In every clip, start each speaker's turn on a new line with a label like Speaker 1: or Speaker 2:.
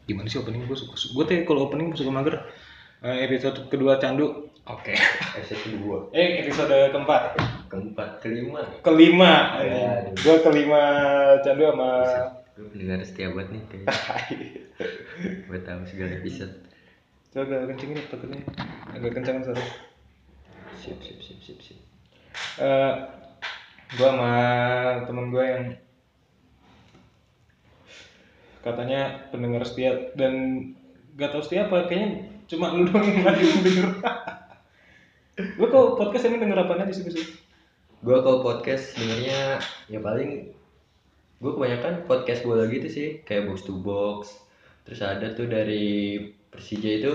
Speaker 1: Gimana sih opening gue suka. Gue tuh kalau opening suka mager. Episode kedua Candu. Oke.
Speaker 2: Episode kedua.
Speaker 1: Episode keempat.
Speaker 2: Kelima.
Speaker 1: Ya, gue kelima Candu sama.
Speaker 2: Gue pendengar setia banget nih kayak. Gue tahu segala episode.
Speaker 1: Coba kencengin takutnya. Agak kencang suara.
Speaker 2: Sip.
Speaker 1: Gue sama temen gue yang katanya pendengar setia dan gak tau setia apa, kayaknya cuma lu doang yang lagi denger. Lu kok podcast ini denger apaan aja sih biasanya?
Speaker 2: Gue kalau podcast dengernya ya paling gue kebanyakan podcast bola gitu sih, kayak box to box. Terus ada tuh dari Persija itu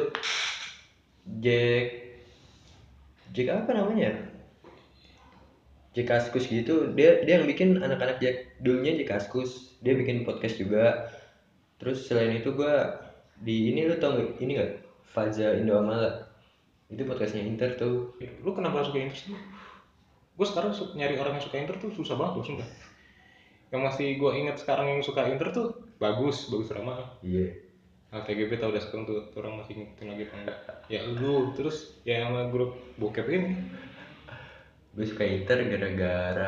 Speaker 2: Jack apa namanya? Jack Kaskus gitu. Dia yang bikin anak-anak Jack dulunya Jack Kaskus. Dia bikin podcast juga. Terus selain itu gue di ini, lu tau gak ini gak? Faza Indo Amala. Itu podcastnya Inter tuh.
Speaker 1: Lu kenapa suka Inter sih? Gue sekarang nyari orang yang suka Inter tuh susah banget loh, sumpah. Yang masih gue inget sekarang yang suka Inter tuh bagus Rama.
Speaker 2: Iya.
Speaker 1: TGB tau udah sekarang tuh orang masih ngikutin lagi apa enggak. Ya lu terus ya sama grup bokep ini.
Speaker 2: Gue suka Inter gara-gara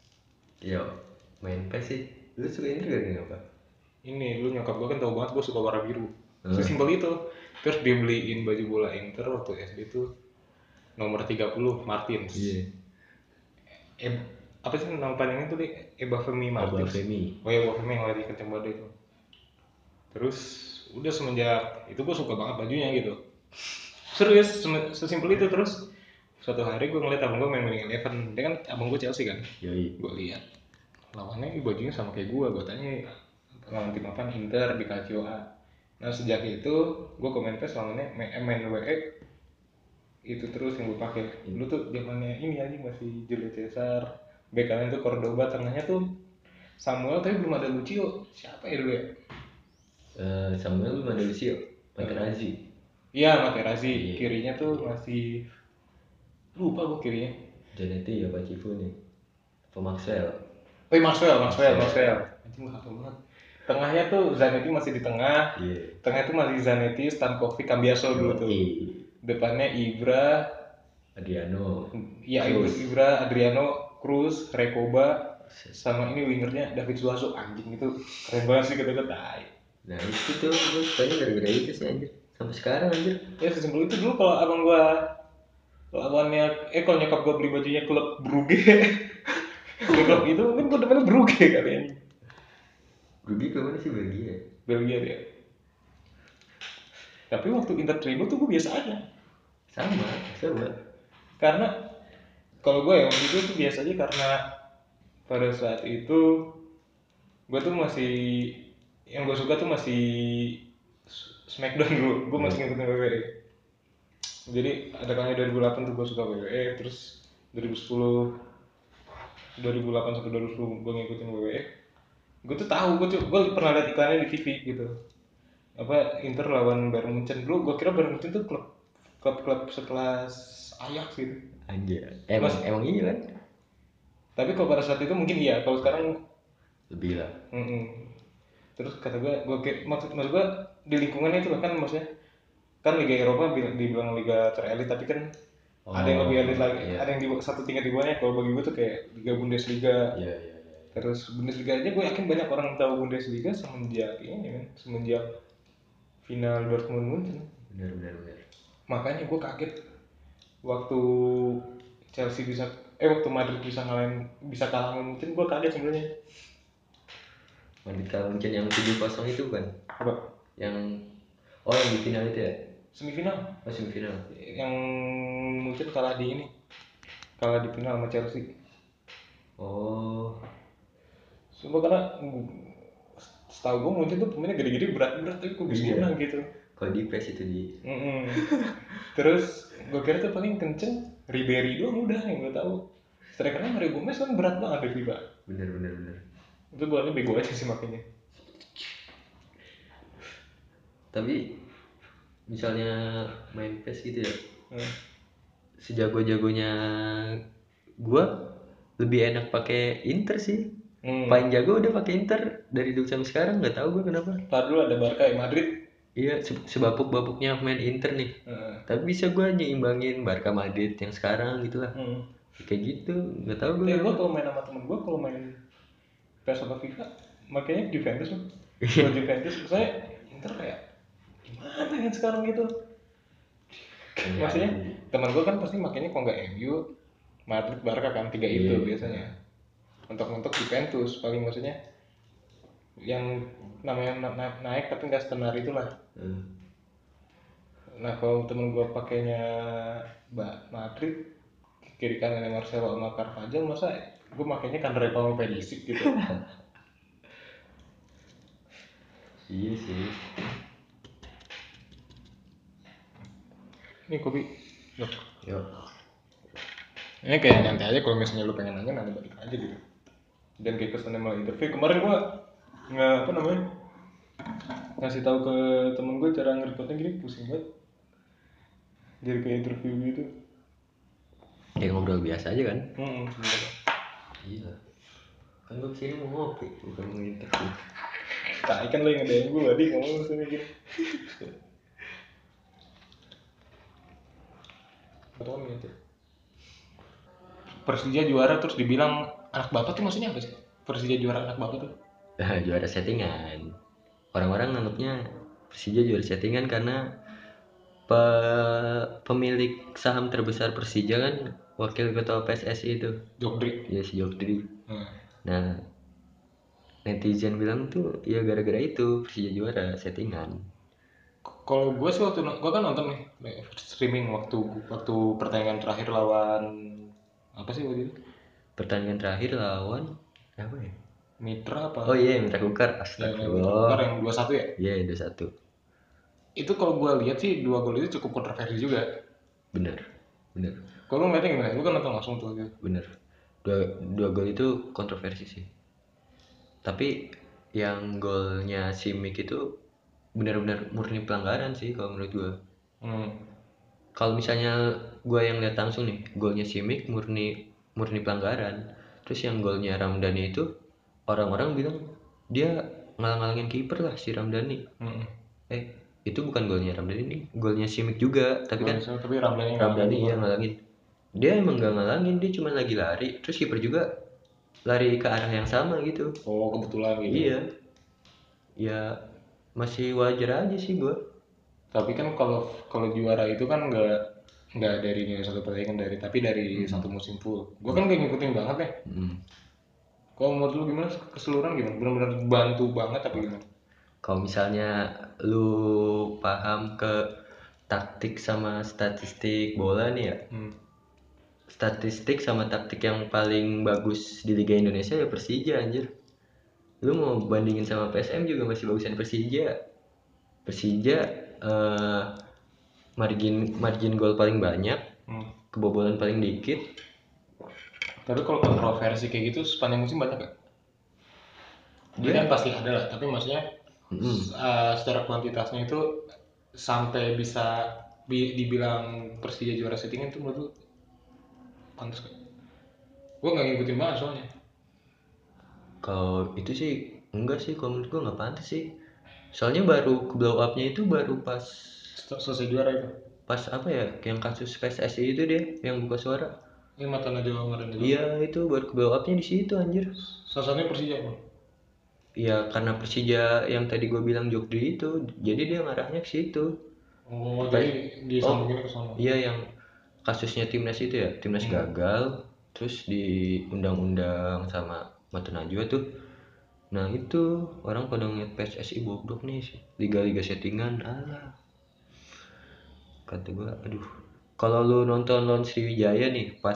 Speaker 2: main PES sih. Lu suka Inter gara-gara apa?
Speaker 1: Ini lu nyokap gue kan tau banget gue suka warna biru. Sesimpel itu. Terus dibeliin baju bola Inter waktu SD tuh nomor 30 Martins.
Speaker 2: Iya.
Speaker 1: Apa sih nama panjangnya tuh deh? Ebafemi Martins.
Speaker 2: Ebafemi.
Speaker 1: Oh ya Ebafemi yang lari kenceng banget itu. Terus udah semenjak itu gue suka banget bajunya gitu. Serius, sesimpel itu. Terus suatu hari gue ngeliat abang gue main Winning Eleven. Dia kan abang gue Chelsea kan.
Speaker 2: Yoi.
Speaker 1: Gue lihat lawannya bajunya sama kayak gue tanya lawan tim apa, Inter di Calcio A. Nah sejak itu gue komen PES lawannya main WE itu terus yang gue pakai. Dulu tuh zamannya ini aja masih Julio Cesar, bek kanan tuh Cordoba, tengahnya tuh Samuel tapi belum ada Lucio. Siapa ya dulu ya?
Speaker 2: Samuel belum ada Lucio, Materazzi.
Speaker 1: Iya Materazzi. Kirinya tuh masih lupa gue kirinya.
Speaker 2: Zanetti apa Cifu nih? Apa Maxwell?
Speaker 1: Maxwell. Anjing gue hafal banget. Tengahnya tuh Zanetti masih di tengah. Tengah tuh masih Zanetti, Stankovic, Cambiaso dulu tuh. Depannya Ibra,
Speaker 2: Adriano.
Speaker 1: Iya Ibra, Adriano, Cruz, Rekoba, sama ini wingernya David Suazo. Anjing itu keren banget sih kata-kata.
Speaker 2: Nah itu tuh gue sukanya gara-gara itu sih anjir. Sampai sekarang anjir.
Speaker 1: Ya sesimpel itu dulu kalau abang gue lawannya, kalau nyokap gue beli bajunya klub Brugge. Klub itu mungkin gue depannya Brugge kali ini.
Speaker 2: Brugge ke mana sih?
Speaker 1: Belgia dia. Tapi waktu Inter treble tuh gue biasa aja.
Speaker 2: Sama.
Speaker 1: Karena kalau gue ya waktu itu tuh biasa aja karena pada saat itu gue tuh masih, yang gue suka tuh masih Smackdown dulu. Gue masih ngikutin WWE. Jadi ada kalanya 2008 tuh gue suka WWE, terus 2010 2008 sampai 2010 gue ngikutin WWE. Gue tuh tahu, gue pernah lihat iklannya di TV gitu. Apa Inter lawan Bayern Munchen. Dulu gue kira Bayern Munchen tuh klub sekelas Ajax gitu.
Speaker 2: Anjir. Emang iya kan?
Speaker 1: Tapi kalau pada saat itu mungkin iya, kalau sekarang
Speaker 2: lebih lah.
Speaker 1: Terus kata gue maksud gue di lingkungannya itu kan, maksudnya kan Liga Eropa dibilang liga terelit, tapi kan ada yang lebih elit lagi, iya. Ada yang di satu tingkat di bawahnya. Kalau bagi gue tuh kayak Liga Bundesliga.
Speaker 2: Iya.
Speaker 1: Terus Bundesliga aja gue yakin banyak orang tahu Bundesliga semenjak ini kan, semenjak final Dortmund Munchen.
Speaker 2: Benar.
Speaker 1: Makanya gue kaget waktu Chelsea waktu Madrid bisa kalah sama Munchen, gue kaget sebenarnya.
Speaker 2: Madrid kalah Munchen yang 7-0 itu kan?
Speaker 1: Apa?
Speaker 2: Yang di final itu ya?
Speaker 1: Semifinal. Yang Munchen kalah di final sama Chelsea. Sumpah, karena setahu gue Munchen tuh pemainnya gede-gede, berat-berat, tapi kok bisa menang gitu.
Speaker 2: Kalau di PES itu di.
Speaker 1: Terus gue kira tuh paling kenceng Ribery doang udah yang gue tahu. Strikernya Mario Gomez kan berat banget di FIBA.
Speaker 2: Bener.
Speaker 1: Itu bolanya bego aja sih makanya.
Speaker 2: Tapi misalnya main PES gitu ya, sejago-jagonya gue lebih enak pakai Inter sih. Paling jago udah pakai Inter dari dulu sampai sekarang, nggak tahu gue kenapa.
Speaker 1: Ntar dulu ada Barca ya, Madrid.
Speaker 2: Iya, sebabuk-babuknya main Inter nih. Tapi bisa gue nyimbangin Barca Madrid yang sekarang gitu lah. Kayak gitu, nggak tahu gue.
Speaker 1: Gue kalau main sama temen gue, kalau main PES atau FIFA, makanya Juventus loh. Kalau Juventus, saya Inter kayak gimana ya sekarang gitu. Maksudnya teman gue kan pasti makanya kalau nggak MU, Madrid, Barca kan tiga itu biasanya. Untuk Juventus paling maksudnya yang namanya naik tapi nggak setenar itulah. Nah kalau temen gue pakainya Madrid, kiri kanannya Marcelo sama Carvajal, masa gue makainya kan Real Perisic gitu.
Speaker 2: Iya sih.
Speaker 1: Ini kopi. Loh.
Speaker 2: Yuk.
Speaker 1: Ini kayak nyantai aja, kalau misalnya lu pengen nanya nanti balik aja gitu. Dan kayak kesannya malah interview. Kemarin gua nggak apa namanya ngasih tahu ke temen gue cara ngerekodnya gini, pusing banget. Jadi kayak interview gitu.
Speaker 2: Ya ngobrol biasa aja kan?
Speaker 1: Bener.
Speaker 2: Iya. Kan gue kesini mau ngopi, bukan mau interview.
Speaker 1: Nah, kan lo yang ngedain gue, Adi ngomong sini gini. Betul gitu. Persija juara terus dibilang anak bapak tuh maksudnya apa sih? Persija juara anak bapak tuh?
Speaker 2: Juara settingan. Orang-orang nganggapnya Persija juara settingan karena pemilik saham terbesar Persija kan wakil ketua PSSI itu.
Speaker 1: Jokdri.
Speaker 2: Ya si Jokdri. Nah, netizen bilang tuh ya gara-gara itu Persija juara settingan.
Speaker 1: Kalau gue sih waktu gue kan nonton nih streaming waktu pertandingan terakhir lawan apa sih waktu itu?
Speaker 2: Pertandingan terakhir lawan apa ya?
Speaker 1: Mitra apa?
Speaker 2: Oh iya, Mitra Kukar.
Speaker 1: Ya,
Speaker 2: Astagfirullah.
Speaker 1: yang 2-1 ya?
Speaker 2: Iya, 2-1.
Speaker 1: Itu kalau gue lihat sih 2 gol itu cukup kontroversi juga.
Speaker 2: Bener.
Speaker 1: Kalau lu ngeliatnya gimana? Lu kan nonton langsung tuh gitu.
Speaker 2: Bener. Dua gol itu kontroversi sih. Tapi yang golnya si Mik itu benar-benar murni pelanggaran sih kalau menurut gue. Kalau misalnya gue yang lihat langsung nih, golnya si Mik murni pelanggaran. Terus yang golnya Ramdhani itu orang-orang bilang dia ngalang-ngalangin kiper lah si Ramdhani. Itu bukan golnya Ramdhani, ini golnya si Mik juga, tapi kan Ramdhani iya ngalangin. Dia emang gak ngalangin, dia cuma lagi lari, terus kiper juga lari ke arah yang sama gitu.
Speaker 1: Oh kebetulan gitu.
Speaker 2: Iya. Ya masih wajar aja sih gua.
Speaker 1: Tapi kan kalau juara itu kan nggak dari satu pertandingan tapi dari satu musim full. Gua kan kayak ngikutin banget nih. Kalau menurut lu gimana keseluruhan gimana? Benar-benar bantu banget tapi gimana?
Speaker 2: Kalau misalnya lu paham ke taktik sama statistik bola nih ya. Statistik sama taktik yang paling bagus di Liga Indonesia ya Persija anjir. Lu mau bandingin sama PSM juga masih bagusan Persija. Persija margin gol paling banyak, kebobolan paling dikit.
Speaker 1: Tapi kalau kontroversi kayak gitu sepanjang musim banyak gak? Dia kan pasti ada lah, tapi maksudnya secara kuantitasnya itu sampai bisa dibilang Persija juara settingan itu menurut lu pantas gak? Gue gak ngikutin banget soalnya.
Speaker 2: Kalau itu sih enggak sih, kalau menurut gue nggak pantas sih. Soalnya baru ke blow up-nya itu baru pas
Speaker 1: selesai juara itu.
Speaker 2: Pas apa ya, yang kasus PSSI itu dia yang buka suara.
Speaker 1: Ini mata Najwa kemarin juga.
Speaker 2: Iya itu baru ke blow up-nya di situ anjir.
Speaker 1: Salah satunya Persija bang.
Speaker 2: Iya karena Persija yang tadi gue bilang Jogja itu, jadi dia ngarahnya ke situ.
Speaker 1: Oh jadi disambungin ke sana.
Speaker 2: Iya yang kasusnya timnas itu ya, timnas gagal, terus diundang-undang sama Mata Najwa tuh. Nah itu orang pada ngeliat PSSI bobrok nih, liga-liga settingan, alah. Kata gue, aduh. Kalau lu nonton lawan Sriwijaya nih, pas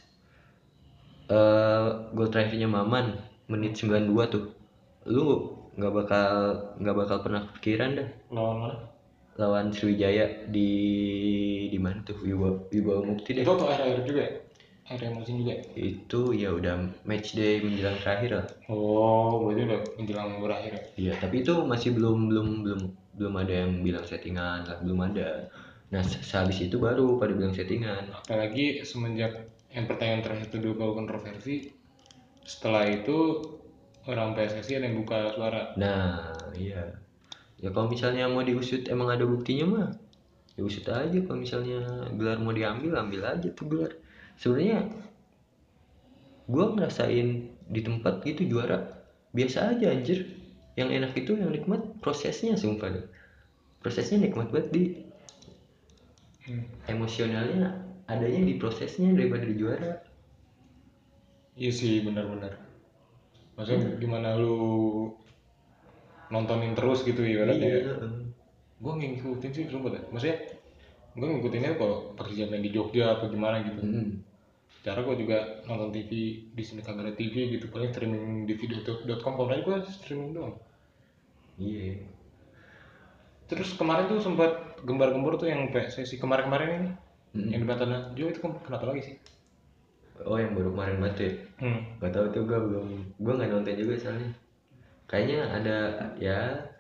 Speaker 2: gol terakhirnya Maman menit 92 tuh, lu nggak bakal pernah kepikiran dah.
Speaker 1: Lawan mana?
Speaker 2: Lawan Sriwijaya di mana tuh, Wibawa Mukti deh.
Speaker 1: Itu atau akhir juga ya? Akhir musim juga ya?
Speaker 2: Itu ya udah match day menjelang terakhir lah.
Speaker 1: Oh berarti udah menjelang berakhir ya?
Speaker 2: Iya tapi itu masih belum ada yang bilang settingan lah, belum ada. Nah sehabis itu baru pada bilang settingan.
Speaker 1: Apalagi semenjak yang pertanyaan terakhir itu 2 gol kontroversi, setelah itu orang PSSI ada yang buka suara.
Speaker 2: Nah iya, Ya kalau misalnya mau diusut emang ada buktinya mah, ya usut aja. Kalau misalnya gelar mau diambil, ambil aja tuh gelar. Sebenarnya gua ngerasain di tempat gitu juara biasa aja anjir. Yang enak itu yang nikmat prosesnya, sumpah deh. Prosesnya nikmat banget di emosionalnya, adanya di prosesnya daripada di juara.
Speaker 1: Iya sih, benar-benar. Maksudnya gimana lu nontonin terus gitu ibaratnya ya.
Speaker 2: Iya.
Speaker 1: Gue ngikutin sih sumpah dah. Maksudnya gue ngikutinnya kalau persiapan di Jogja apa gimana gitu.
Speaker 2: Mm.
Speaker 1: Cara gue juga nonton TV di sini kagak ada TV gitu, paling streaming di video.com. Kalau lain gue streaming doang.
Speaker 2: Iya.
Speaker 1: Terus kemarin tuh sempat gembar-gembor tuh yang PSSI kemarin-kemarin ini, yang di
Speaker 2: Mm.
Speaker 1: Batam Jo itu kan kenapa lagi sih?
Speaker 2: Oh yang baru kemarin banget ya.
Speaker 1: Hmm.
Speaker 2: Gak tau tuh, gue nggak nonton juga soalnya. Kayaknya ada ya,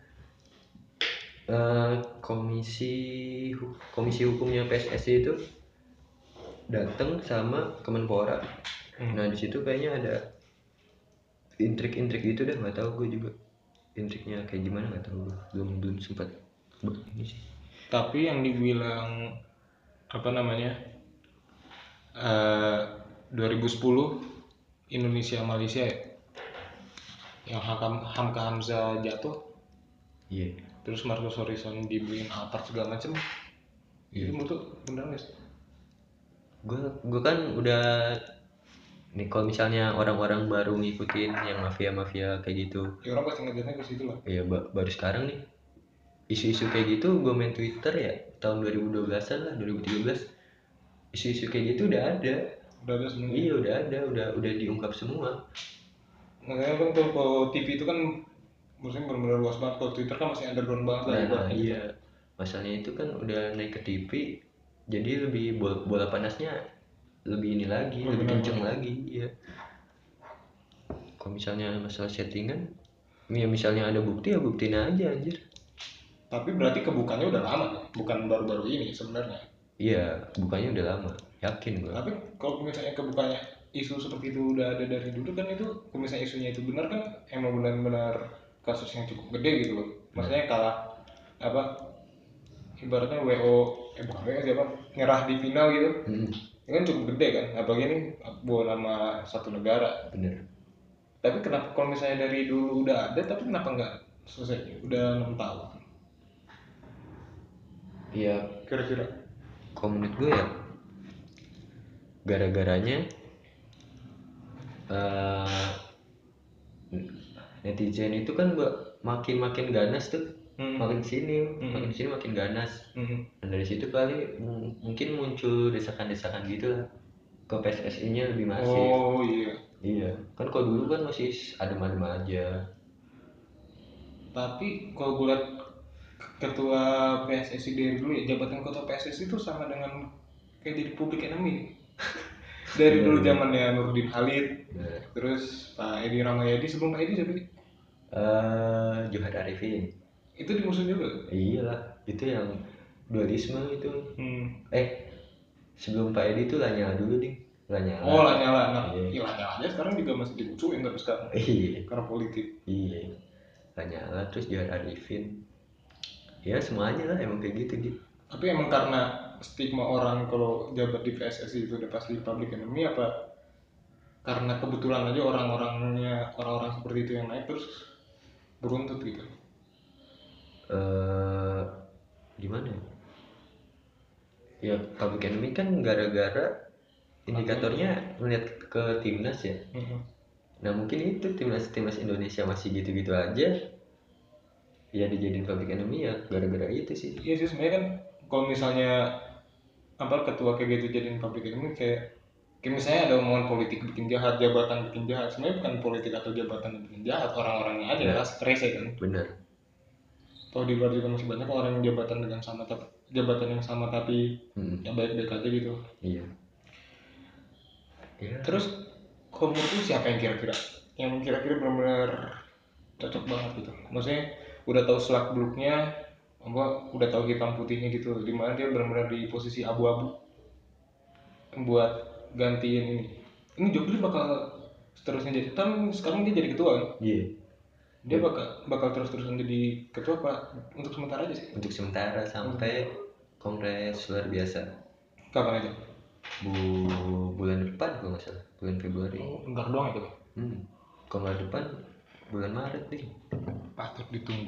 Speaker 2: komisi komisi hukumnya PSSI itu datang sama Kemenpora. Nah di situ kayaknya ada intrik-intrik gitu dah, nggak tahu gue juga intriknya kayak gimana, nggak tahu gue. Belum sempat ini sih.
Speaker 1: Tapi yang dibilang apa namanya, eh 2010 Indonesia Malaysia ya, yang Hamka Hamzah jatuh,
Speaker 2: Iya.
Speaker 1: terus Marcus Horizon dibeliin apart segala macem, itu menurut lu bener nggak sih?
Speaker 2: Gue kan udah nih, kalau misalnya orang-orang baru ngikutin yang mafia-mafia kayak gitu,
Speaker 1: Ya orang pasti ngeliatnya ke situ lah.
Speaker 2: ya baru sekarang nih isu-isu kayak gitu gue main Twitter ya tahun 2012-an lah, 2013. Isu-isu kayak gitu udah ada.
Speaker 1: Udah ada sebenarnya.
Speaker 2: Iya udah ada, udah diungkap semua.
Speaker 1: Makanya kan kalau TV itu kan maksudnya benar-benar luas banget. Kalau Twitter kan masih underground banget lah
Speaker 2: Nah
Speaker 1: ibaratnya gitu.
Speaker 2: iya, masalahnya itu kan udah naik ke TV, jadi lebih bola panasnya lebih ini lagi, lebih kenceng lagi. Iya. Kalau misalnya masalah settingan, ya misalnya ada bukti ya buktiin aja anjir.
Speaker 1: Tapi berarti kebukanya udah lama ya, bukan baru-baru ini sebenarnya.
Speaker 2: Iya, bukannya udah lama, yakin gua.
Speaker 1: Tapi kalau misalnya kebukanya isu seperti itu udah ada dari dulu kan, itu kalau misalnya isunya itu benar kan emang benar-benar kasus yang cukup gede gitu loh. Maksudnya kalah apa, ibaratnya WO bukan WO siapa, nyerah di final gitu.
Speaker 2: Hmm,
Speaker 1: Ini kan cukup gede kan, apalagi ini buat nama satu negara.
Speaker 2: bener.
Speaker 1: Tapi kenapa kalau misalnya dari dulu udah ada, tapi kenapa nggak selesai? Udah 6 tahun
Speaker 2: Iya,
Speaker 1: kira-kira.
Speaker 2: kalau menurut gue ya gara-garanya eh, netizen itu kan makin ganas tuh. Makin sini makin ganas. Dan dari situ kali mungkin muncul desakan-desakan gitu lah ke PSSI-nya lebih masif.
Speaker 1: Oh iya.
Speaker 2: Iya, kan kalau dulu kan masih adem-adem aja.
Speaker 1: Tapi kalau gue lihat ketua PSSI dari dulu ya, jabatan ketua PSSI itu sama dengan kayak jadi public enemy. Dari dulu zamannya Nurdin Halid,
Speaker 2: Nah,
Speaker 1: terus Pak Edi Rahmayadi, sebelum Pak Edi siapa sih?
Speaker 2: Johar Arifin.
Speaker 1: Itu dimusuhin juga.
Speaker 2: Iyalah, itu yang dualisme itu. Sebelum Pak Edi tuh Lanyala dulu ding. Lanyala.
Speaker 1: Oh Lanyala, nah
Speaker 2: Iya.
Speaker 1: ya, Lanyala aja sekarang juga masih dimusuhin tapi sekarang
Speaker 2: Iya.
Speaker 1: karena politik.
Speaker 2: Iya. Lanyala terus Johar Arifin. Ya semuanya lah emang kayak gitu gitu.
Speaker 1: Tapi emang karena stigma orang kalau jabat di PSSI itu udah pasti public enemy, apa karena kebetulan aja orang-orang seperti itu yang naik terus beruntut gitu?
Speaker 2: Gimana ya? Ya public enemy kan gara-gara indikatornya ngeliat ke timnas ya. Nah mungkin itu timnas Indonesia masih gitu-gitu aja, ya dijadiin public enemy ya gara-gara itu sih.
Speaker 1: Iya sih sebenarnya kan, kalau misalnya apa ketua kayak gitu jadiin public enemy, kayak misalnya ada omongan politik bikin jahat, jabatan bikin jahat, sebenarnya bukan politik atau jabatan yang bikin jahat, orang-orangnya aja lah rese kan.
Speaker 2: Bener.
Speaker 1: Kalau di luar juga masih banyak orang yang jabatan yang sama tapi yang baik-baik aja gitu.
Speaker 2: Iya. Ya.
Speaker 1: Terus kalau menurut lu siapa yang kira-kira benar-benar cocok banget gitu? Maksudnya udah tahu selak beluknya, udah tahu hitam putihnya gitu, dimana dia benar-benar di posisi abu-abu buat gantiin ini. Ini Jogja bakal seterusnya jadi, kan sekarang dia jadi ketua kan?
Speaker 2: Iya.
Speaker 1: Dia bakal terus-terusan jadi ketua apa untuk sementara aja sih?
Speaker 2: Untuk sementara sampai kongres luar biasa
Speaker 1: Kapan itu?
Speaker 2: bulan depan kalau nggak salah, bulan Februari.
Speaker 1: Oh, bentar doang itu.
Speaker 2: Kalau nggak depan bulan Maret nih.
Speaker 1: Patut ditunggu.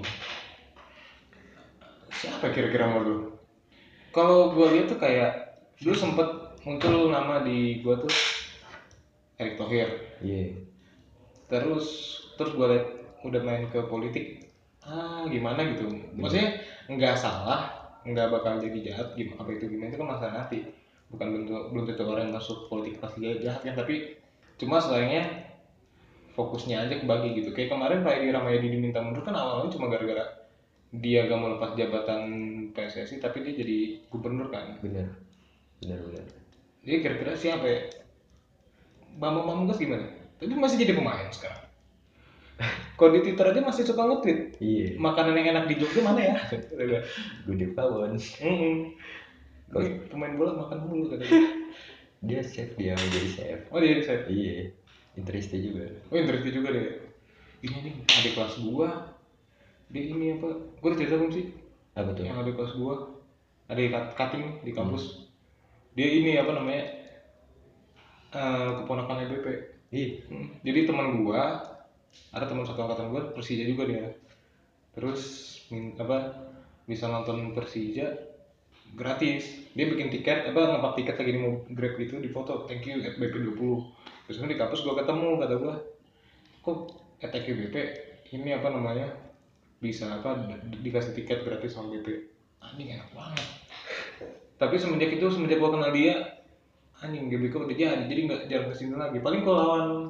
Speaker 1: Siapa kira-kira mau lu? Kalau gua lihat tuh kayak dulu sempet muncul nama di gua tuh Erick Thohir.
Speaker 2: Iya.
Speaker 1: Terus gua lihat udah main ke politik. Gimana gitu. Maksudnya nggak salah, nggak bakal jadi jahat gimana apa itu gimana itu kan masalah nanti. Bukan belum tentu orang yang masuk politik pasti jahat kan, tapi cuma sayangnya fokusnya aja kebagi gitu. Kayak kemarin Pak Edi Rahmayadi diminta mundur kan awalnya cuma gara-gara dia gak mau lepas jabatan PSSI tapi dia jadi gubernur kan.
Speaker 2: Benar.
Speaker 1: Jadi kira-kira siapa ya? Bambang Pamungkas gimana? Tapi masih jadi pemain sekarang. Kalau di Twitter aja masih suka nge-tweet.
Speaker 2: Iya.
Speaker 1: Makanan yang enak di Jogja mana ya?
Speaker 2: Gede pawon.
Speaker 1: Ini pemain bola makan mulu katanya.
Speaker 2: Dia chef, dia mau jadi chef.
Speaker 1: Oh dia jadi chef.
Speaker 2: Iya. Interesti juga.
Speaker 1: Oh interesti juga deh. Ini nih adik kelas gua. Dia ini apa? Gua udah cerita belum sih?
Speaker 2: Apa tuh?
Speaker 1: Yang adik kelas gua. Ada cutting di kampus. Dia ini apa namanya? Keponakan EBP.
Speaker 2: Iya.
Speaker 1: Jadi teman gua, ada teman satu angkatan gua Persija juga dia. Terus bisa nonton Persija gratis. Dia bikin tiket ngepak tiket lagi mau Grab gitu, di foto thank you at BP20. Terus kan di kampus gua ketemu, kata gua, kok at thank you BP ini apa namanya? Bisa dikasih tiket gratis sama BP. Anjing enak banget. Tapi semenjak gua kenal dia, anjing GBK udah jadi nggak jarang kesini lagi. Paling kalau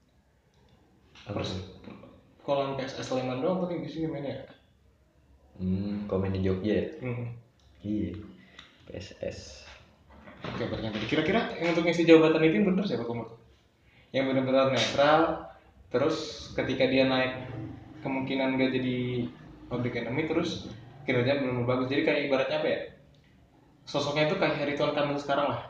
Speaker 1: lawan PSS Sleman doang paling di sini mainnya.
Speaker 2: Komen di Jogja ya? Iya. PSS.
Speaker 1: Oke, pertanyaan tadi. Kira-kira yang untuk ngisi jabatan itu bener siapa kamu? Yang benar-benar netral, terus ketika dia naik kemungkinan nggak jadi public enemy, terus kinerja benar-benar bagus. Jadi kayak ibaratnya apa ya? Sosoknya itu kayak Ridwan Kamil sekarang lah.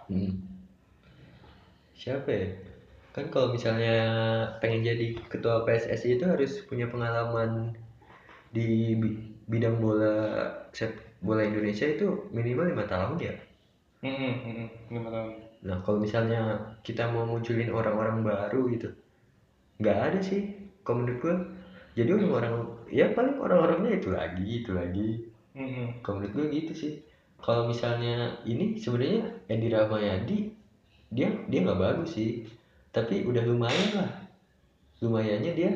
Speaker 2: Siapa ya? Kan kalau misalnya pengen jadi ketua PSSI itu harus punya pengalaman di bidang bola Indonesia itu minimal 5 tahun ya.
Speaker 1: 5 tahun.
Speaker 2: Nah kalau misalnya kita mau munculin orang-orang baru gitu, nggak ada sih kalau menurut gua. Jadi orang-orang ya paling orang-orangnya itu lagi. Kalau menurut gua gitu sih. Kalau misalnya ini sebenarnya Edi Rahmayadi dia nggak bagus sih, tapi udah lumayan lah. Lumayannya dia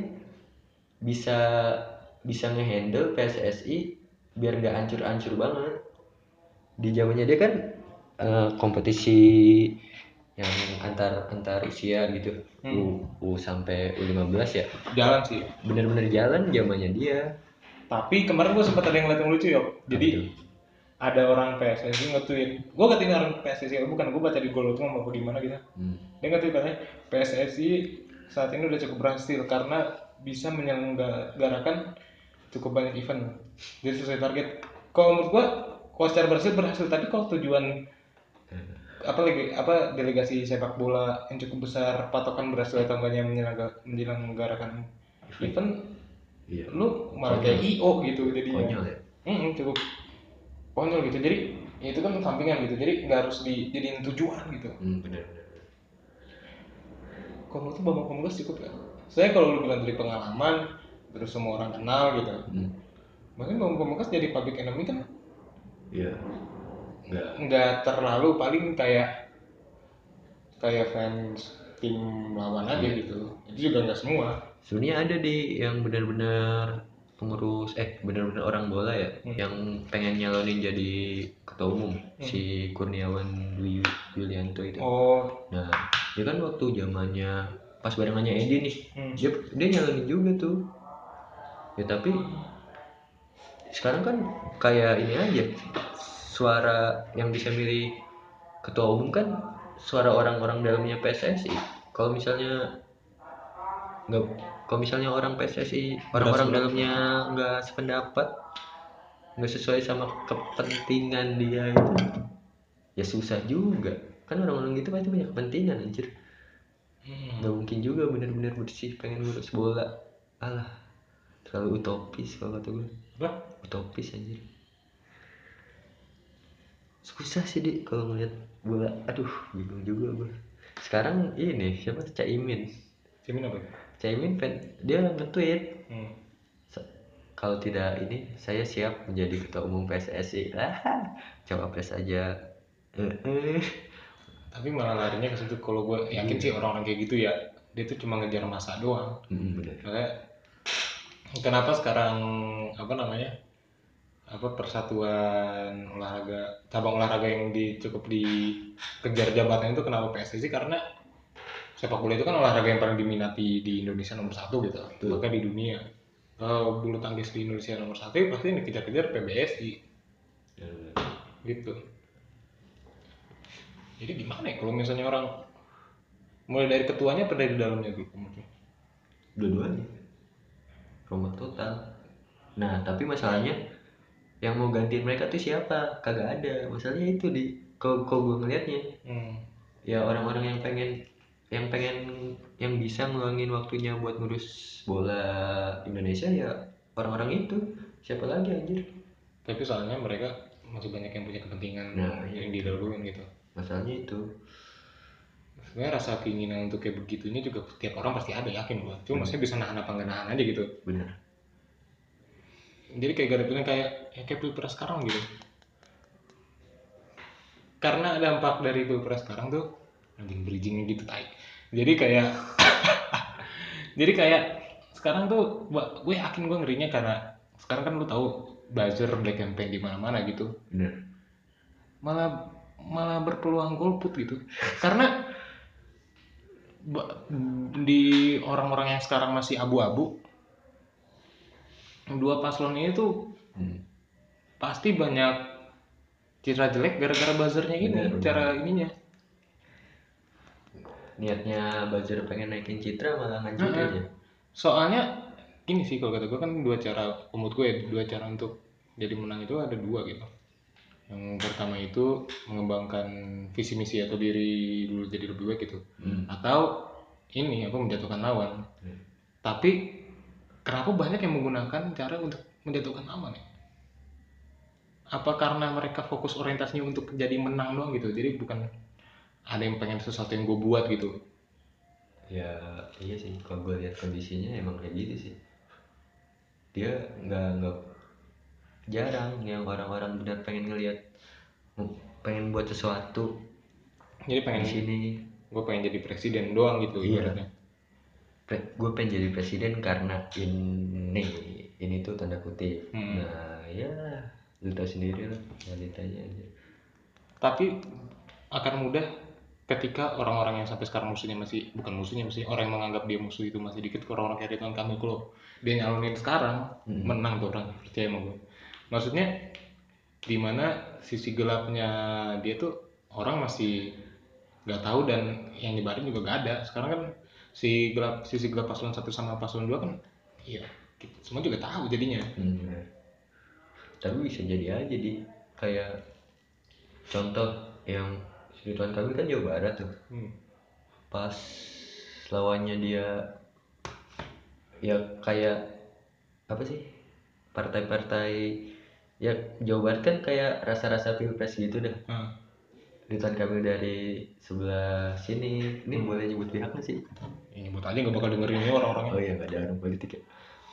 Speaker 2: bisa ngehandle PSSI biar nggak hancur-hancur banget. Di zamannya dia kan kompetisi yang antar usia gitu, U sampai U15 ya.
Speaker 1: Jalan sih.
Speaker 2: Bener-bener jalan zamannya dia.
Speaker 1: Tapi kemarin gue sempat ada yang ngeliat yang lucu ya. Jadi ada orang PSSI nge-tweet. Gue ngerti orang PSSI bukan, gue baca di Gol.com apa di mana gitu. Dia nge-tweet katanya PSSI saat ini udah cukup berhasil karena bisa menyelenggarakan cukup banyak event. Jadi sesuai target. Kalau menurut gue, kalau secara berhasil, tapi kalau tujuan delegasi sepak bola yang cukup besar, patokan berhasil atau enggaknya menyelenggarakan event, lu malah kayak IO gitu jadinya.
Speaker 2: Konyol ya?
Speaker 1: Cukup konyol gitu. Jadi ya itu kan sampingan gitu. Jadi nggak harus dijadiin tujuan gitu.
Speaker 2: Bener.
Speaker 1: Kalau tuh Bambang Pamungkas cukup ya. Saya kalau lu bilang dari pengalaman, terus semua orang kenal gitu. Makanya Bambang Pamungkas jadi public enemy kan?
Speaker 2: Iya.
Speaker 1: Nggak terlalu, paling kayak fans tim lawan aja gitu. Itu juga nggak semua.
Speaker 2: Sebenarnya ada yang benar-benar pengurus benar-benar orang bola ya, yang pengen nyalonin jadi ketua umum, si Kurniawan Dwi Yulianto itu. Nah dia kan waktu zamannya pas barengannya Edi nih, dia nyalonin juga tuh ya, tapi sekarang kan kayak ini aja, suara yang bisa milih ketua umum kan suara orang-orang dalamnya PSSI. Kalau misalnya orang PSSI, orang-orang dalamnya nggak sependapat, nggak sesuai sama kepentingan dia itu, ya susah juga. Kan orang-orang gitu pasti punya kepentingan anjir. Nggak mungkin juga benar-benar bersih pengen ngurus bola. Alah. terlalu utopis kalau kata gue.
Speaker 1: Apa?
Speaker 2: Utopis anjir. Susah sih Dik kalau ngeliat bola. Aduh, bingung juga gue. Sekarang ini siapa? Caimin.
Speaker 1: Cimin apa?
Speaker 2: Caimin dia nge-tweet,
Speaker 1: Hmm.
Speaker 2: kalau tidak ini saya siap menjadi ketua umum PSSI. Cawapres aja.
Speaker 1: Tapi malah larinya ke situ. Kalau gue yakin sih orang-orang kayak gitu ya, dia tuh cuma ngejar masa doang.
Speaker 2: Bener.
Speaker 1: Makanya kenapa sekarang apa namanya, apa persatuan olahraga, cabang olahraga yang cukup dikejar jabatan itu kenapa PSSI? Karena sepak bola itu kan olahraga yang paling diminati di Indonesia nomor 1 gitu, bahkan di dunia. Kalau bulu tangkis di Indonesia nomor 1 ya pasti yang dikejar-kejar PBSI gitu. Jadi gimana ya kalau misalnya orang mulai dari ketuanya apa dari dalamnya dulu menurut lo?
Speaker 2: Dua-duanya rombak total. Nah tapi masalahnya yang mau gantiin mereka tuh siapa? Kagak ada. Masalahnya itu di kalau gue ngeliatnya ya orang-orang yang pengen yang bisa ngeluangin waktunya buat ngurus bola Indonesia ya orang-orang itu. Siapa lagi anjir?
Speaker 1: Tapi soalnya mereka masih banyak yang punya kepentingan yang didahuluin gitu.
Speaker 2: Masalahnya itu.
Speaker 1: Sebenarnya rasa keinginan untuk kayak begitunya juga tiap orang pasti ada, yakin gua. Cuma maksudnya bisa nahan apa nggak nahan aja gitu.
Speaker 2: Bener.
Speaker 1: Jadi kayak gak ada pilihan kayak pilpres sekarang gitu. Karena dampak dari pilpres sekarang tuh anjing bridgingnya gitu tai. Jadi kayak jadi kayak sekarang tuh gue yakin gue ngerinya karena sekarang kan lu tahu buzzer black campaign di mana-mana gitu.
Speaker 2: Bener.
Speaker 1: Malah berpeluang golput gitu. Karena di orang-orang yang sekarang masih abu-abu, dua paslon ini tuh pasti banyak citra jelek gara-gara buzzernya ini.
Speaker 2: Bener.
Speaker 1: Cara ininya
Speaker 2: Niatnya buzzer pengen naikin citra malah ngancurin aja.
Speaker 1: soalnya gini sih kalau kata gue kan menurut gue dua cara untuk jadi menang itu ada dua gitu. Yang pertama itu mengembangkan visi misi atau diri dulu jadi lebih baik gitu, atau ini apa menjatuhkan lawan. Tapi kenapa banyak yang menggunakan cara untuk menjatuhkan lawan ya? Apa karena mereka fokus orientasinya untuk jadi menang doang gitu, jadi bukan ada yang pengen sesuatu yang gue buat gitu.
Speaker 2: Ya iya sih kalau gue lihat kondisinya emang kayak gitu sih. Dia nggak jarang yang orang-orang benar pengen ngelihat pengen buat sesuatu.
Speaker 1: Jadi pengen
Speaker 2: di sini
Speaker 1: gue pengen jadi presiden doang gitu ibaratnya.
Speaker 2: Gue pengen jadi presiden karena ini tuh tanda kutip. Nah ya lu tahu sendiri lah realitanya aja.
Speaker 1: Tapi akan mudah ketika orang-orang yang sampai sekarang bukan musuhnya masih orang yang menganggap dia musuh itu masih dikit. Orang-orang kayak Ridwan Kamil kalau dia nyalonin sekarang menang tuh orang, percaya sama gue. Maksudnya dimana sisi gelapnya dia tuh orang masih nggak tahu dan yang nyebarin juga nggak ada. Sekarang kan sisi gelap paslon 1 sama paslon 2 kan iya semua juga tahu jadinya.
Speaker 2: Tapi bisa jadi aja kayak contoh yang Ridwan Kamil kan Jawa Barat tuh. Pas lawannya dia ya kayak apa sih partai-partai ya Jawa Barat kan kayak rasa-rasa pilpres gitu dah. Ridwan Kamil dari sebelah sini, ini boleh nyebut pihak nggak sih?
Speaker 1: Nyebut aja nggak bakal dengerin ini orang-orangnya.
Speaker 2: Oh iya nggak ada orang politik ya.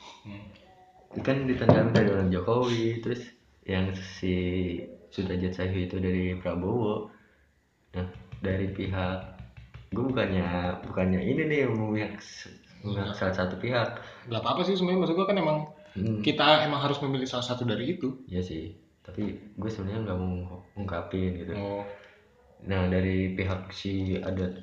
Speaker 2: Kan Ridwan Kamil dari orang Jokowi, terus yang si Sudrajat Saihu itu dari Prabowo. Nah dari pihak gue bukannya ini nih memihak salah satu pihak.
Speaker 1: Gak apa-apa sih sebenarnya, maksud gue kan emang kita emang harus memilih salah satu dari itu.
Speaker 2: Iya sih, tapi gue sebenarnya nggak mau ngungkapin gitu. Nah dari pihak si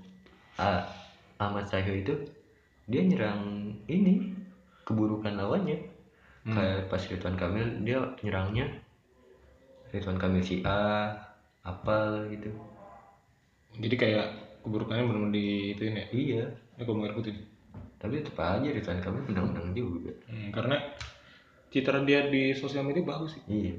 Speaker 2: Ahmad Saihu itu dia nyerang ini keburukan lawannya. Kayak pas Ridwan Kamil dia nyerangnya Ridwan Kamil si A apa gitu.
Speaker 1: Jadi kayak keburukannya benar-benar diituin ya.
Speaker 2: Iya.
Speaker 1: Kalau merah putih.
Speaker 2: Tapi tetap aja Ridwan Kamil menang-menang juga.
Speaker 1: Karena citra dia di sosial media bagus sih.
Speaker 2: Iya.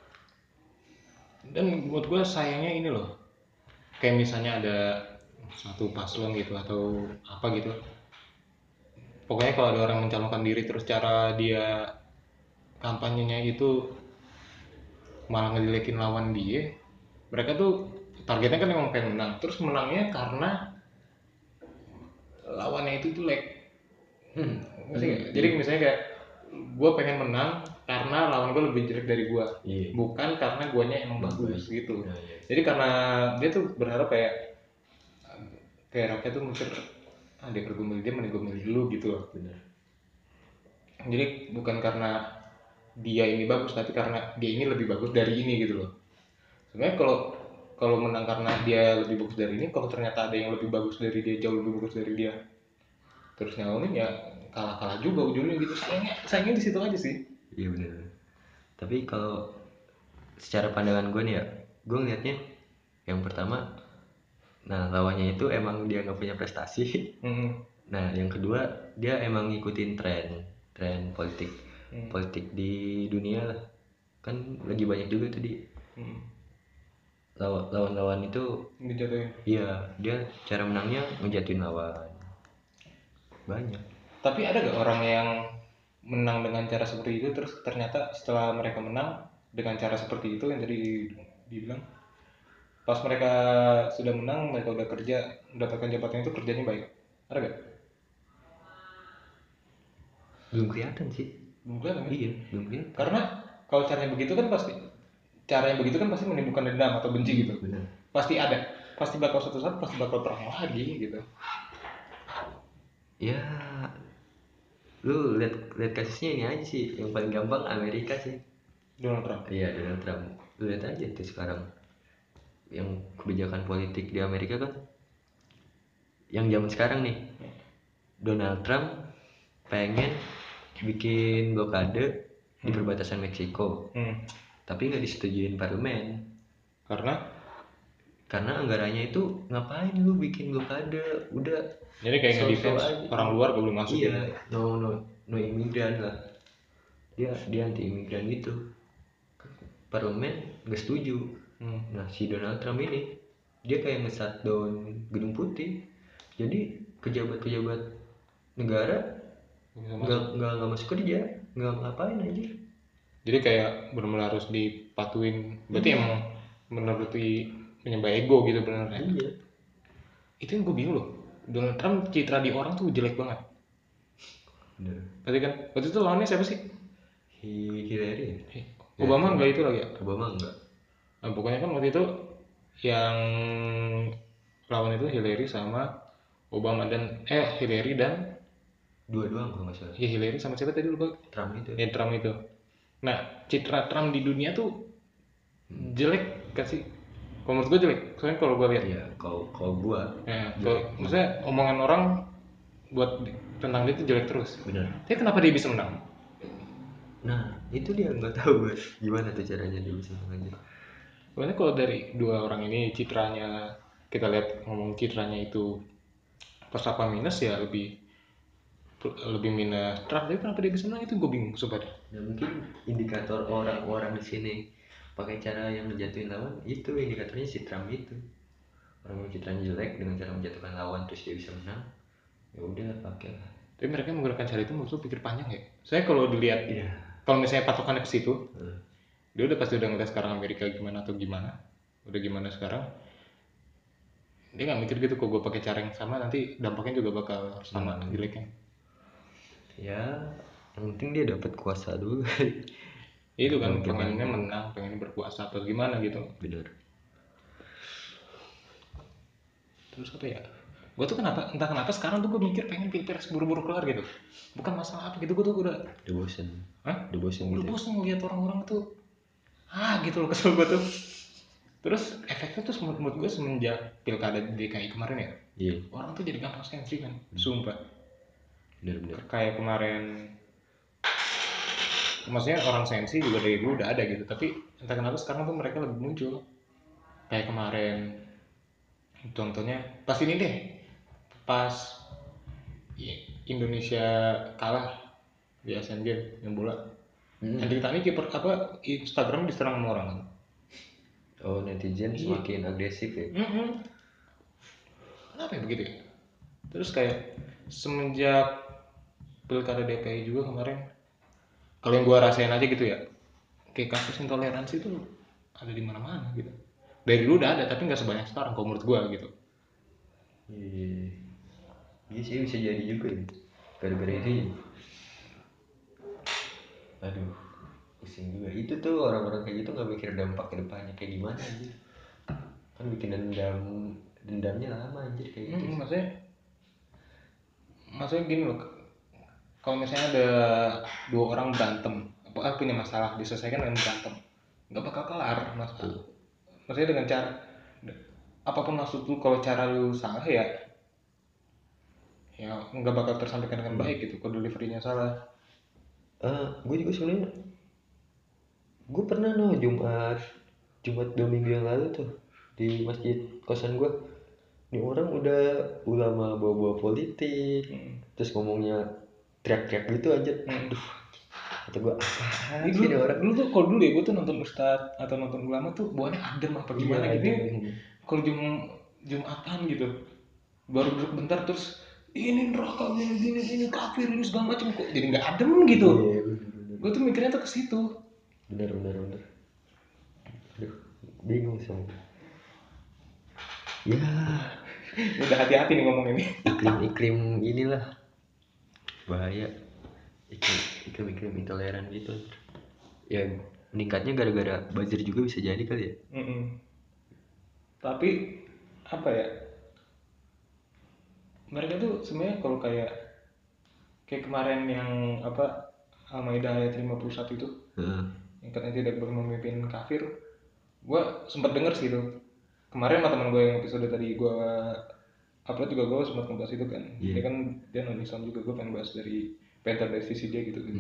Speaker 1: Dan buat gue sayangnya ini loh, kayak misalnya ada satu paslon gitu atau apa gitu, pokoknya kalau ada orang mencalonkan diri terus cara dia kampanyenya itu malah ngejelekin lawan dia, mereka tuh targetnya kan emang pengen menang, terus menangnya karena lawannya itu jelek. Ngerti nggak? Jadi misalnya kayak gue pengen menang karena lawan gue lebih jelek dari gue,
Speaker 2: Iya.
Speaker 1: bukan karena guanya emang bagus gitu.
Speaker 2: Nah, iya.
Speaker 1: Jadi karena dia tuh berharap kayak rakyat tuh mikir, ah dia gue milih dia mending gue milih lu gitu loh.
Speaker 2: Benar.
Speaker 1: Jadi bukan karena dia ini bagus, tapi karena dia ini lebih bagus dari ini gitu loh. Sebenarnya kalau kalau menang karena dia lebih bagus dari ini, kalau ternyata ada yang lebih bagus dari dia, jauh lebih bagus dari dia, terus nyalonin ya kalah juga ujungnya gitu. Sayangnya di situ aja sih.
Speaker 2: Iya benar. Tapi kalau secara pandangan gue nih ya, gue ngeliatnya yang pertama, nah lawannya itu emang dia nggak punya prestasi. Nah yang kedua, dia emang ngikutin tren politik di dunia lah. Kan lagi banyak juga tuh lawan-lawan itu
Speaker 1: Dijatuhin.
Speaker 2: iya, dia cara menangnya ngejatuhin lawan. Banyak.
Speaker 1: Tapi ada gak orang yang menang dengan cara seperti itu, terus ternyata setelah mereka menang dengan cara seperti itu yang tadi dibilang, pas mereka sudah menang, mereka udah kerja, mendapatkan jabatan itu kerjanya baik? Ada gak?
Speaker 2: Belum kelihatan sih.
Speaker 1: Belum kelihatan kan?
Speaker 2: Iya, belum kelihatan.
Speaker 1: Karena kalau caranya begitu kan pasti, cara yang begitu kan pasti menimbulkan dendam atau benci gitu.
Speaker 2: Benar.
Speaker 1: Pasti ada, pasti bakal suatu saat pasti bakal perang lagi gitu.
Speaker 2: Ya, lu lihat kasusnya ini aja sih, yang paling gampang Amerika sih.
Speaker 1: Donald Trump.
Speaker 2: Iya, Donald Trump. Lu lihat aja tuh sekarang yang kebijakan politik di Amerika kan, yang zaman sekarang nih, Donald Trump pengen bikin blokade di perbatasan Meksiko, tapi nggak disetujuin parlemen. Karena anggarannya itu ngapain lu bikin blokade, udah
Speaker 1: Jadi kayak nge-defense
Speaker 2: aja.
Speaker 1: orang luar gak belum masuk.
Speaker 2: Iya, no imigran lah. Dia anti imigran gitu. Parlemen nggak setuju. Nah si Donald Trump ini dia kayak nge-shutdown Gedung Putih. Jadi pejabat-pejabat negara nggak masuk kerja, nggak ngapain aja.
Speaker 1: Jadi kayak benar-benar harus dipatuin. Berarti emang menuruti penyembah ego gitu benar-benar.
Speaker 2: Iya.
Speaker 1: Itu yang gue bingung loh. Donald Trump citra di orang tuh jelek banget.
Speaker 2: Bener.
Speaker 1: Berarti kan waktu itu lawannya siapa sih?
Speaker 2: Hillary.
Speaker 1: Obama enggak itu lagi ya?
Speaker 2: Obama enggak.
Speaker 1: Nah, pokoknya kan waktu itu yang lawan itu Hillary sama Obama dan Hillary dan
Speaker 2: Dua-duaan kalau nggak salah.
Speaker 1: ya Hillary sama siapa tadi lupa?
Speaker 2: Trump itu.
Speaker 1: Ya Trump itu. Nah, citra Trump di dunia tuh jelek kan sih? Kalau menurut gue jelek. Soalnya kalau gue lihat.
Speaker 2: Iya, kalau gua.
Speaker 1: Ya, maksudnya omongan orang buat tentang dia tuh jelek terus.
Speaker 2: Benar.
Speaker 1: Tapi kenapa dia bisa menang?
Speaker 2: Nah, itu dia nggak tahu gue gimana tuh caranya dia bisa menang aja.
Speaker 1: Soalnya kalau dari dua orang ini citranya kita lihat ngomong citranya itu plus apa minus ya lebih minus Trump, tapi kenapa dia bisa menang itu gue bingung sumpah.
Speaker 2: Ya mungkin indikator orang-orang di sini pakai cara yang menjatuhin lawan itu indikatornya si Trump itu. Orang yang citranya jelek dengan cara menjatuhkan lawan terus dia bisa menang. Ya udah pakai lah.
Speaker 1: Tapi mereka menggunakan cara itu menurut lu pikir panjang ya? Saya kalau dilihat,
Speaker 2: Iya.
Speaker 1: kalau misalnya patokannya ke situ, dia udah pasti udah ngeliat sekarang Amerika gimana atau gimana, udah gimana sekarang. Dia nggak mikir gitu, kok gue pakai cara yang sama nanti dampaknya juga bakal sama jeleknya.
Speaker 2: Ya, yang penting dia dapat kuasa dulu.
Speaker 1: Itu kan pengennya menang, pengen berkuasa atau gimana gitu.
Speaker 2: Bener.
Speaker 1: Terus apa ya? Gue tuh entah kenapa sekarang tuh gue mikir pengen pilpres buru-buru kelar gitu. Bukan masalah apa gitu, gue tuh udah
Speaker 2: bosen.
Speaker 1: Hah?
Speaker 2: Udah bosen
Speaker 1: Udah
Speaker 2: gitu.
Speaker 1: bosen ngeliat orang-orang tuh gitu loh, kesel gue tuh. Terus efeknya tuh menurut gue semenjak pilkada di DKI kemarin ya,
Speaker 2: Iya.
Speaker 1: orang tuh jadi gampang sensi kan, sumpah.
Speaker 2: Bener.
Speaker 1: Kayak kemarin, maksudnya orang sensi juga dari dulu udah ada gitu, tapi entah kenapa sekarang tuh mereka lebih muncul. Kayak kemarin, contohnya pas ini deh, pas Indonesia kalah di Asian Games yang bola. Andri Tani kiper apa Instagram diserang sama orang kan.
Speaker 2: Oh, netizen semakin agresif ya.
Speaker 1: Kenapa ya begitu ya? Terus kayak semenjak pilkada DKI juga kemarin, kalau yang gua rasain aja gitu ya, kayak kasus intoleransi itu ada di mana-mana gitu. Dari dulu udah ada tapi nggak sebanyak sekarang kalau menurut gua gitu.
Speaker 2: Iya. Iya sih bisa jadi juga ya. Gara-gara itu ya. Aduh, pusing juga. Itu tuh orang-orang kayak gitu nggak mikir dampak ke depannya kayak gimana anjir. Kan bikin dendamnya lama anjir kayak gitu.
Speaker 1: Maksudnya gini loh, kalau misalnya ada dua orang berantem, punya masalah diselesaikan dengan berantem, nggak bakal kelar masalah. Maksudnya dengan cara apapun maksud lu, kalau cara lu salah ya nggak bakal tersampaikan dengan baik gitu kalau deliverynya salah.
Speaker 2: Gue juga sebenarnya gue pernah Jumat 2 minggu yang lalu tuh di masjid kosan gue. Ini orang udah ulama bawa-bawa politik, terus ngomongnya teriak-teriak gitu aja. Aduh, kata gue apaan sih ini orang.
Speaker 1: Dulu tuh kalau dulu ya gue tuh nonton ustadz atau nonton ulama tuh bawaannya adem apa gimana
Speaker 2: Iya,
Speaker 1: gitu.
Speaker 2: adem.
Speaker 1: Kalau Jumatan gitu baru duduk bentar terus ini neraka gini kafir ini segala macam, kok jadi nggak adem gitu.
Speaker 2: Iya, bener.
Speaker 1: Gue tuh mikirnya tuh ke situ.
Speaker 2: Bener. Aduh, bingung sama. Ya,
Speaker 1: Udah hati-hati nih ngomong ini.
Speaker 2: iklim inilah bahaya. Iklim intoleran gitu. Ya, meningkatnya gara-gara buzzer juga bisa jadi kali ya.
Speaker 1: Tapi apa ya, mereka tuh sebenarnya kalau kayak kemarin yang apa, Al-Maidah ayat 51 itu, yang katanya tidak boleh memimpin kafir. Gue sempat denger sih itu kemarin sama teman gue yang episode tadi gue upload juga, gue sempat ngebahas itu kan. Dia kan dia non Islam juga, gue pengen bahas dari sisi dia gitu.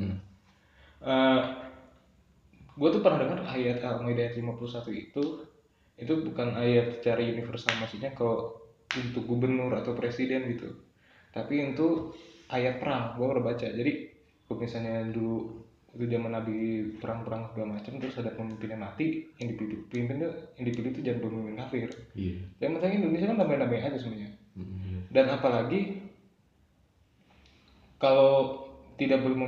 Speaker 1: Gue tuh pernah dengar ayat Al-Maidah ayat 51 itu bukan ayat secara universal, maksudnya kalau untuk gubernur atau presiden gitu, tapi untuk ayat perang. Gue pernah baca, jadi kalau misalnya dulu itu zaman Nabi perang-perang segala macam, terus ada pemimpinnya mati, yang dipilih itu jangan pemimpin kafir. Yang penting Indonesia kan damai-damai aja sebenarnya. Dan apalagi kalau tidak boleh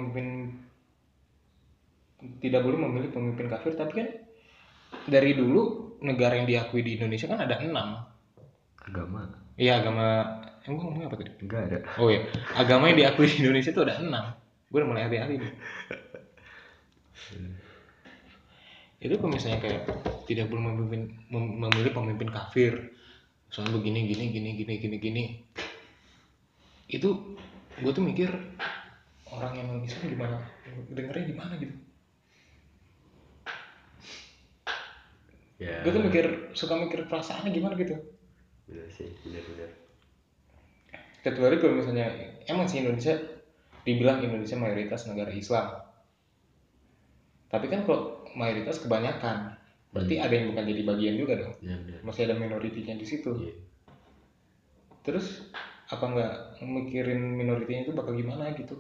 Speaker 1: memilih pemimpin kafir, tapi kan dari dulu negara yang diakui di Indonesia kan ada 6
Speaker 2: agama.
Speaker 1: Iya, agama. Gue ngomongnya apa tadi?
Speaker 2: Enggak ada.
Speaker 1: Oh iya, agama yang diakui di Indonesia tuh ada 6. Gue udah mulai hati-hati nih. Itu kalau misalnya kayak tidak boleh memilih pemimpin kafir, soal begini gini, itu gue tuh mikir orang yang non Islam gimana, dengernya gimana gitu. Gue tuh suka mikir perasaannya gimana gitu.
Speaker 2: Bener sih, bener.
Speaker 1: Kecuali kalau misalnya emang sih Indonesia dibilang Indonesia mayoritas negara Islam, tapi kan kalau mayoritas kebanyakan berarti ada yang bukan jadi bagian juga dong. Masih ada minoritinya di situ. Terus apa nggak mikirin minoritinya itu bakal gimana gitu?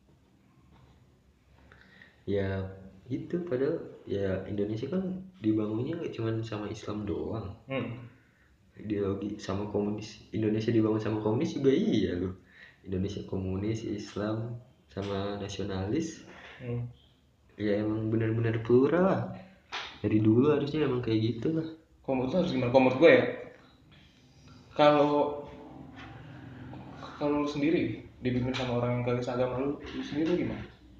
Speaker 2: Ya itu padahal ya Indonesia kan dibangunnya nggak cuma sama Islam doang. Ideologi sama komunis. Indonesia dibangun sama komunis juga iya loh. Indonesia komunis, Islam sama nasionalis. Ya emang benar-benar plural lah. Dari dulu harusnya emang kayak gitu lah.
Speaker 1: Kalau menurut lo harus gimana? Kalau menurut gue ya, kalau lu sendiri dipimpin sama orang yang kagak seagama lu sendiri gimana?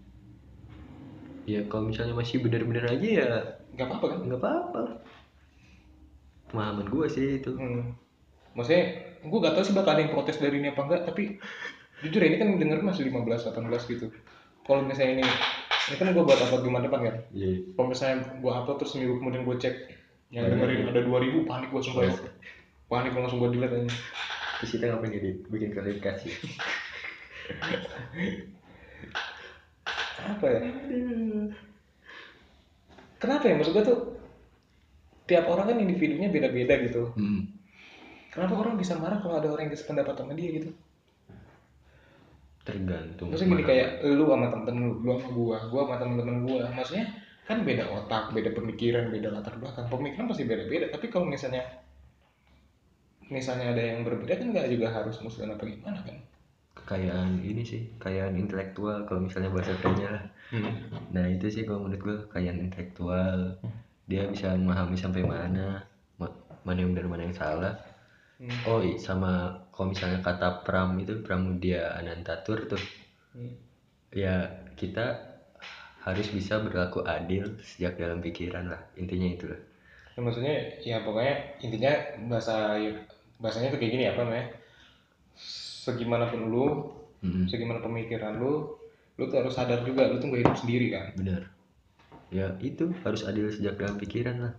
Speaker 2: Ya kalau misalnya masih benar-benar aja ya
Speaker 1: nggak apa-apa kan?
Speaker 2: Nggak apa-apa. Pemahaman gue sih itu.
Speaker 1: Maksudnya gue gak tau sih bakal ada yang protes dari ini apa enggak, tapi jujur ini kan denger masih 15-18 gitu. Kalau misalnya ini kan gue buat upload Jumat depan kan. Kalau misalnya gue upload terus seminggu kemudian gue cek yang dengerin ada 2000, panik gue sumpah. Panik gue langsung gue delete aja.
Speaker 2: Terus kita ngapain jadi bikin klarifikasi?
Speaker 1: Apa ya? Kenapa ya, maksud gue tuh tiap orang kan individunya beda-beda gitu. Kenapa orang bisa marah kalau ada orang yang sependapat sama dia gitu?
Speaker 2: Tergantung.
Speaker 1: Maksudnya gini, kayak lu sama temen lu sama gua sama temen-temen gua, maksudnya kan beda otak, beda pemikiran, beda latar belakang, pemikiran pasti beda-beda. Tapi kalau misalnya ada yang berbeda kan nggak juga harus musuhan apa gimana kan?
Speaker 2: kekayaan ini sih, kekayaan intelektual kalau misalnya bahasa kerennya lah. Nah itu sih kalau menurut gue kekayaan intelektual, dia bisa memahami sampai mana, mana yang benar mana yang salah. Oh sama kalau misalnya kata Pramudia Anantatur tuh, ya kita harus bisa berlaku adil sejak dalam pikiran lah, intinya itu lah.
Speaker 1: Ya, maksudnya ya pokoknya intinya bahasanya tuh kayak gini apa namanya, segimanapun lu, segimana pemikiran lu tuh harus sadar juga lu tuh gak hidup sendiri kan.
Speaker 2: Benar. Ya itu harus adil sejak dalam pikiran lah.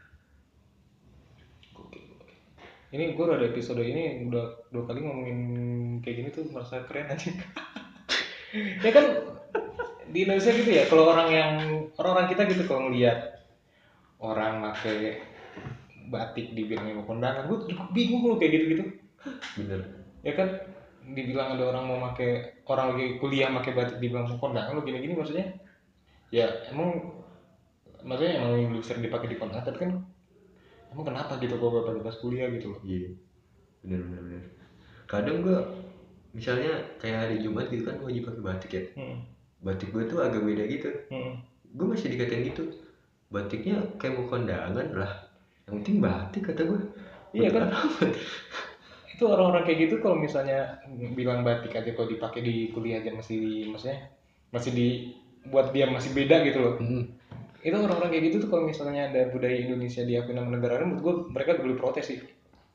Speaker 1: Ini gue udah episode ini udah 2 kali ngomongin kayak gini tuh merasa keren aja. Ya kan di Indonesia gitu ya, kalau orang-orang kita gitu kalau ngeliat orang pakai batik dibilangnya mau kondangan, gue juga bingung loh kayak gitu-gitu.
Speaker 2: Bener.
Speaker 1: Ya kan dibilang ada orang lagi kuliah pakai batik dibilang mau kondangan lo gini-gini, maksudnya ya maksudnya emang lebih sering dipakai di kondangan, tapi kan emang kenapa gitu kalau gue pas kuliah gitu loh.
Speaker 2: Iya. Bener. Kadang gue misalnya kayak hari Jumat gitu kan wajib pakai batik ya. Batik gue tuh agak beda gitu. Gue masih dikatain gitu. Batiknya kayak mau kondangan lah. Yang penting batik kata gue.
Speaker 1: Iya kan. Itu orang-orang kayak gitu kalau misalnya bilang batik aja kalau dipakai di kuliah aja masih buat dia masih beda gitu loh. Itu orang-orang kayak gitu tuh kalau misalnya ada budaya Indonesia diakui nama negara, menurut gue mereka boleh protes sih.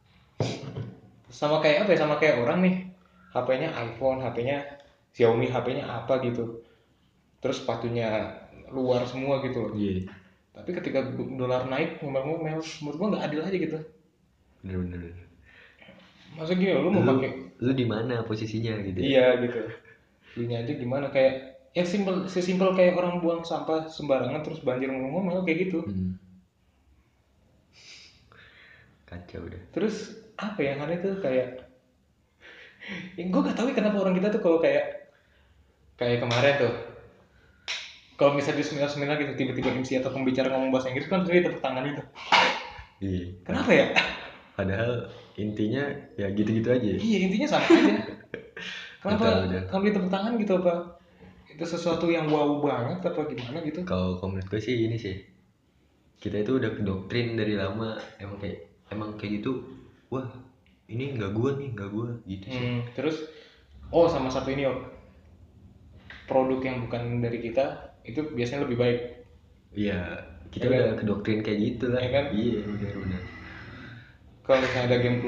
Speaker 1: Sama kayak apa ya, sama kayak orang nih HP-nya iPhone, HP-nya Xiaomi, HP-nya apa gitu, terus sepatunya luar semua gitu loh. Tapi ketika dolar naik ngomel-ngomel, menurut gue nggak adil aja gitu.
Speaker 2: Bener.
Speaker 1: Masa gini lu mau pakai,
Speaker 2: lu di mana posisinya gitu ya?
Speaker 1: Iya gitu, lu nya aja gimana, kayak ya sesimpel kayak orang buang sampah sembarangan terus banjir ngomel kayak gitu.
Speaker 2: Kacau udah.
Speaker 1: Terus apa yang aneh tuh kayak gue gak tahu kenapa orang kita tuh kalau kayak kemarin tuh kalau misalnya di seminar gitu tiba-tiba MC atau pembicara ngomong bahasa Inggris kan terus tepuk tangan itu.
Speaker 2: Iya.
Speaker 1: Kenapa ya?
Speaker 2: Padahal intinya ya gitu-gitu aja.
Speaker 1: Iya intinya sama aja. Kenapa kalau tepuk tangan gitu apa? Itu sesuatu yang wow banget apa gimana gitu?
Speaker 2: Kalau menurut gue sih ini sih, kita itu udah kedoktrin dari lama emang kayak gitu. Wah ini nggak gua gitu sih.
Speaker 1: Terus sama satu ini produk yang bukan dari kita itu biasanya lebih baik.
Speaker 2: Iya kita ya udah kan? Kedoktrin kayak gitu lah.
Speaker 1: Ya kan?
Speaker 2: Iya benar.
Speaker 1: Kalau misalnya ada game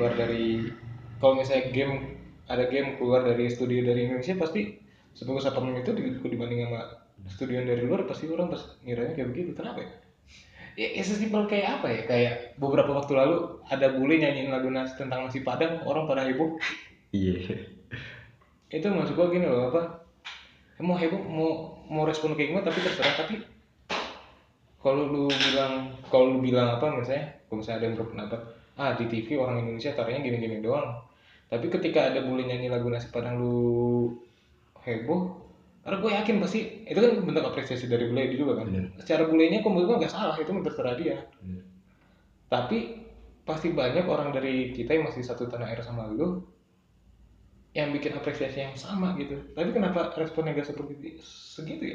Speaker 1: keluar dari studio dari Indonesia, pasti sebagus apapun itu dibanding sama studio dari luar, pasti orang ngiranya kayak begitu. Kenapa ya? Ya sesimpel kayak apa ya, kayak beberapa waktu lalu ada bule nyanyiin lagu tentang nasi padang, orang pada heboh.
Speaker 2: Iya.
Speaker 1: Itu maksud gua gini loh, apa mau heboh mau respon kayak gimana tapi terserah. Tapi kalau lu bilang apa misalnya, kalau misalnya ada yang berpendapat di TV orang Indonesia caranya gini-gini doang, tapi ketika ada bule nyanyi lagu nasi padang lu heboh, karena gue yakin pasti itu kan bentuk apresiasi dari bule itu juga kan. Secara bulenya kok menurut gue nggak salah, itu terserah dia. Tapi pasti banyak orang dari kita yang masih satu tanah air sama lu yang bikin apresiasi yang sama gitu. Tapi kenapa responnya gak seperti segitu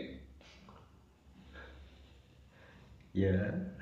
Speaker 1: ya?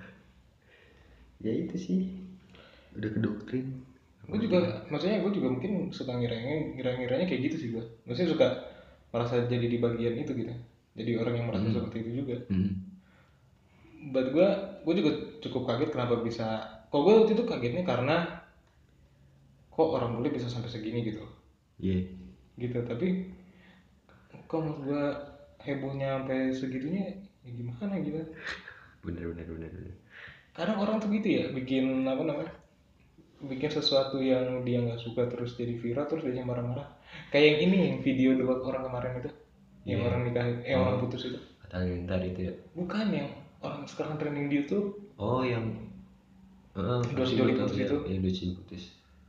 Speaker 2: Ya itu sih udah kedoktrin.
Speaker 1: Gue juga mungkin suka ngiranya kayak gitu sih gue. Maksudnya suka merasa jadi di bagian itu gitu. Jadi orang yang merasa seperti itu juga. Buat gue juga cukup kaget kenapa bisa. Kalau gue waktu itu kagetnya karena kok orang bule bisa sampai segini gitu. Gitu. Tapi kok menurut gue hebohnya sampai segitunya ya gimana gitu.
Speaker 2: Bener.
Speaker 1: Kadang orang tuh gitu ya, bikin sesuatu yang dia nggak suka terus jadi viral, terus dia marah-marah. Kayak yang ini, yang video 2 orang kemarin itu, yang orang nikah, orang putus itu.
Speaker 2: Halilintar itu ya?
Speaker 1: Bukan, yang orang sekarang trending di YouTube.
Speaker 2: Oh yang
Speaker 1: Doi putus itu.
Speaker 2: Iya Doi putus.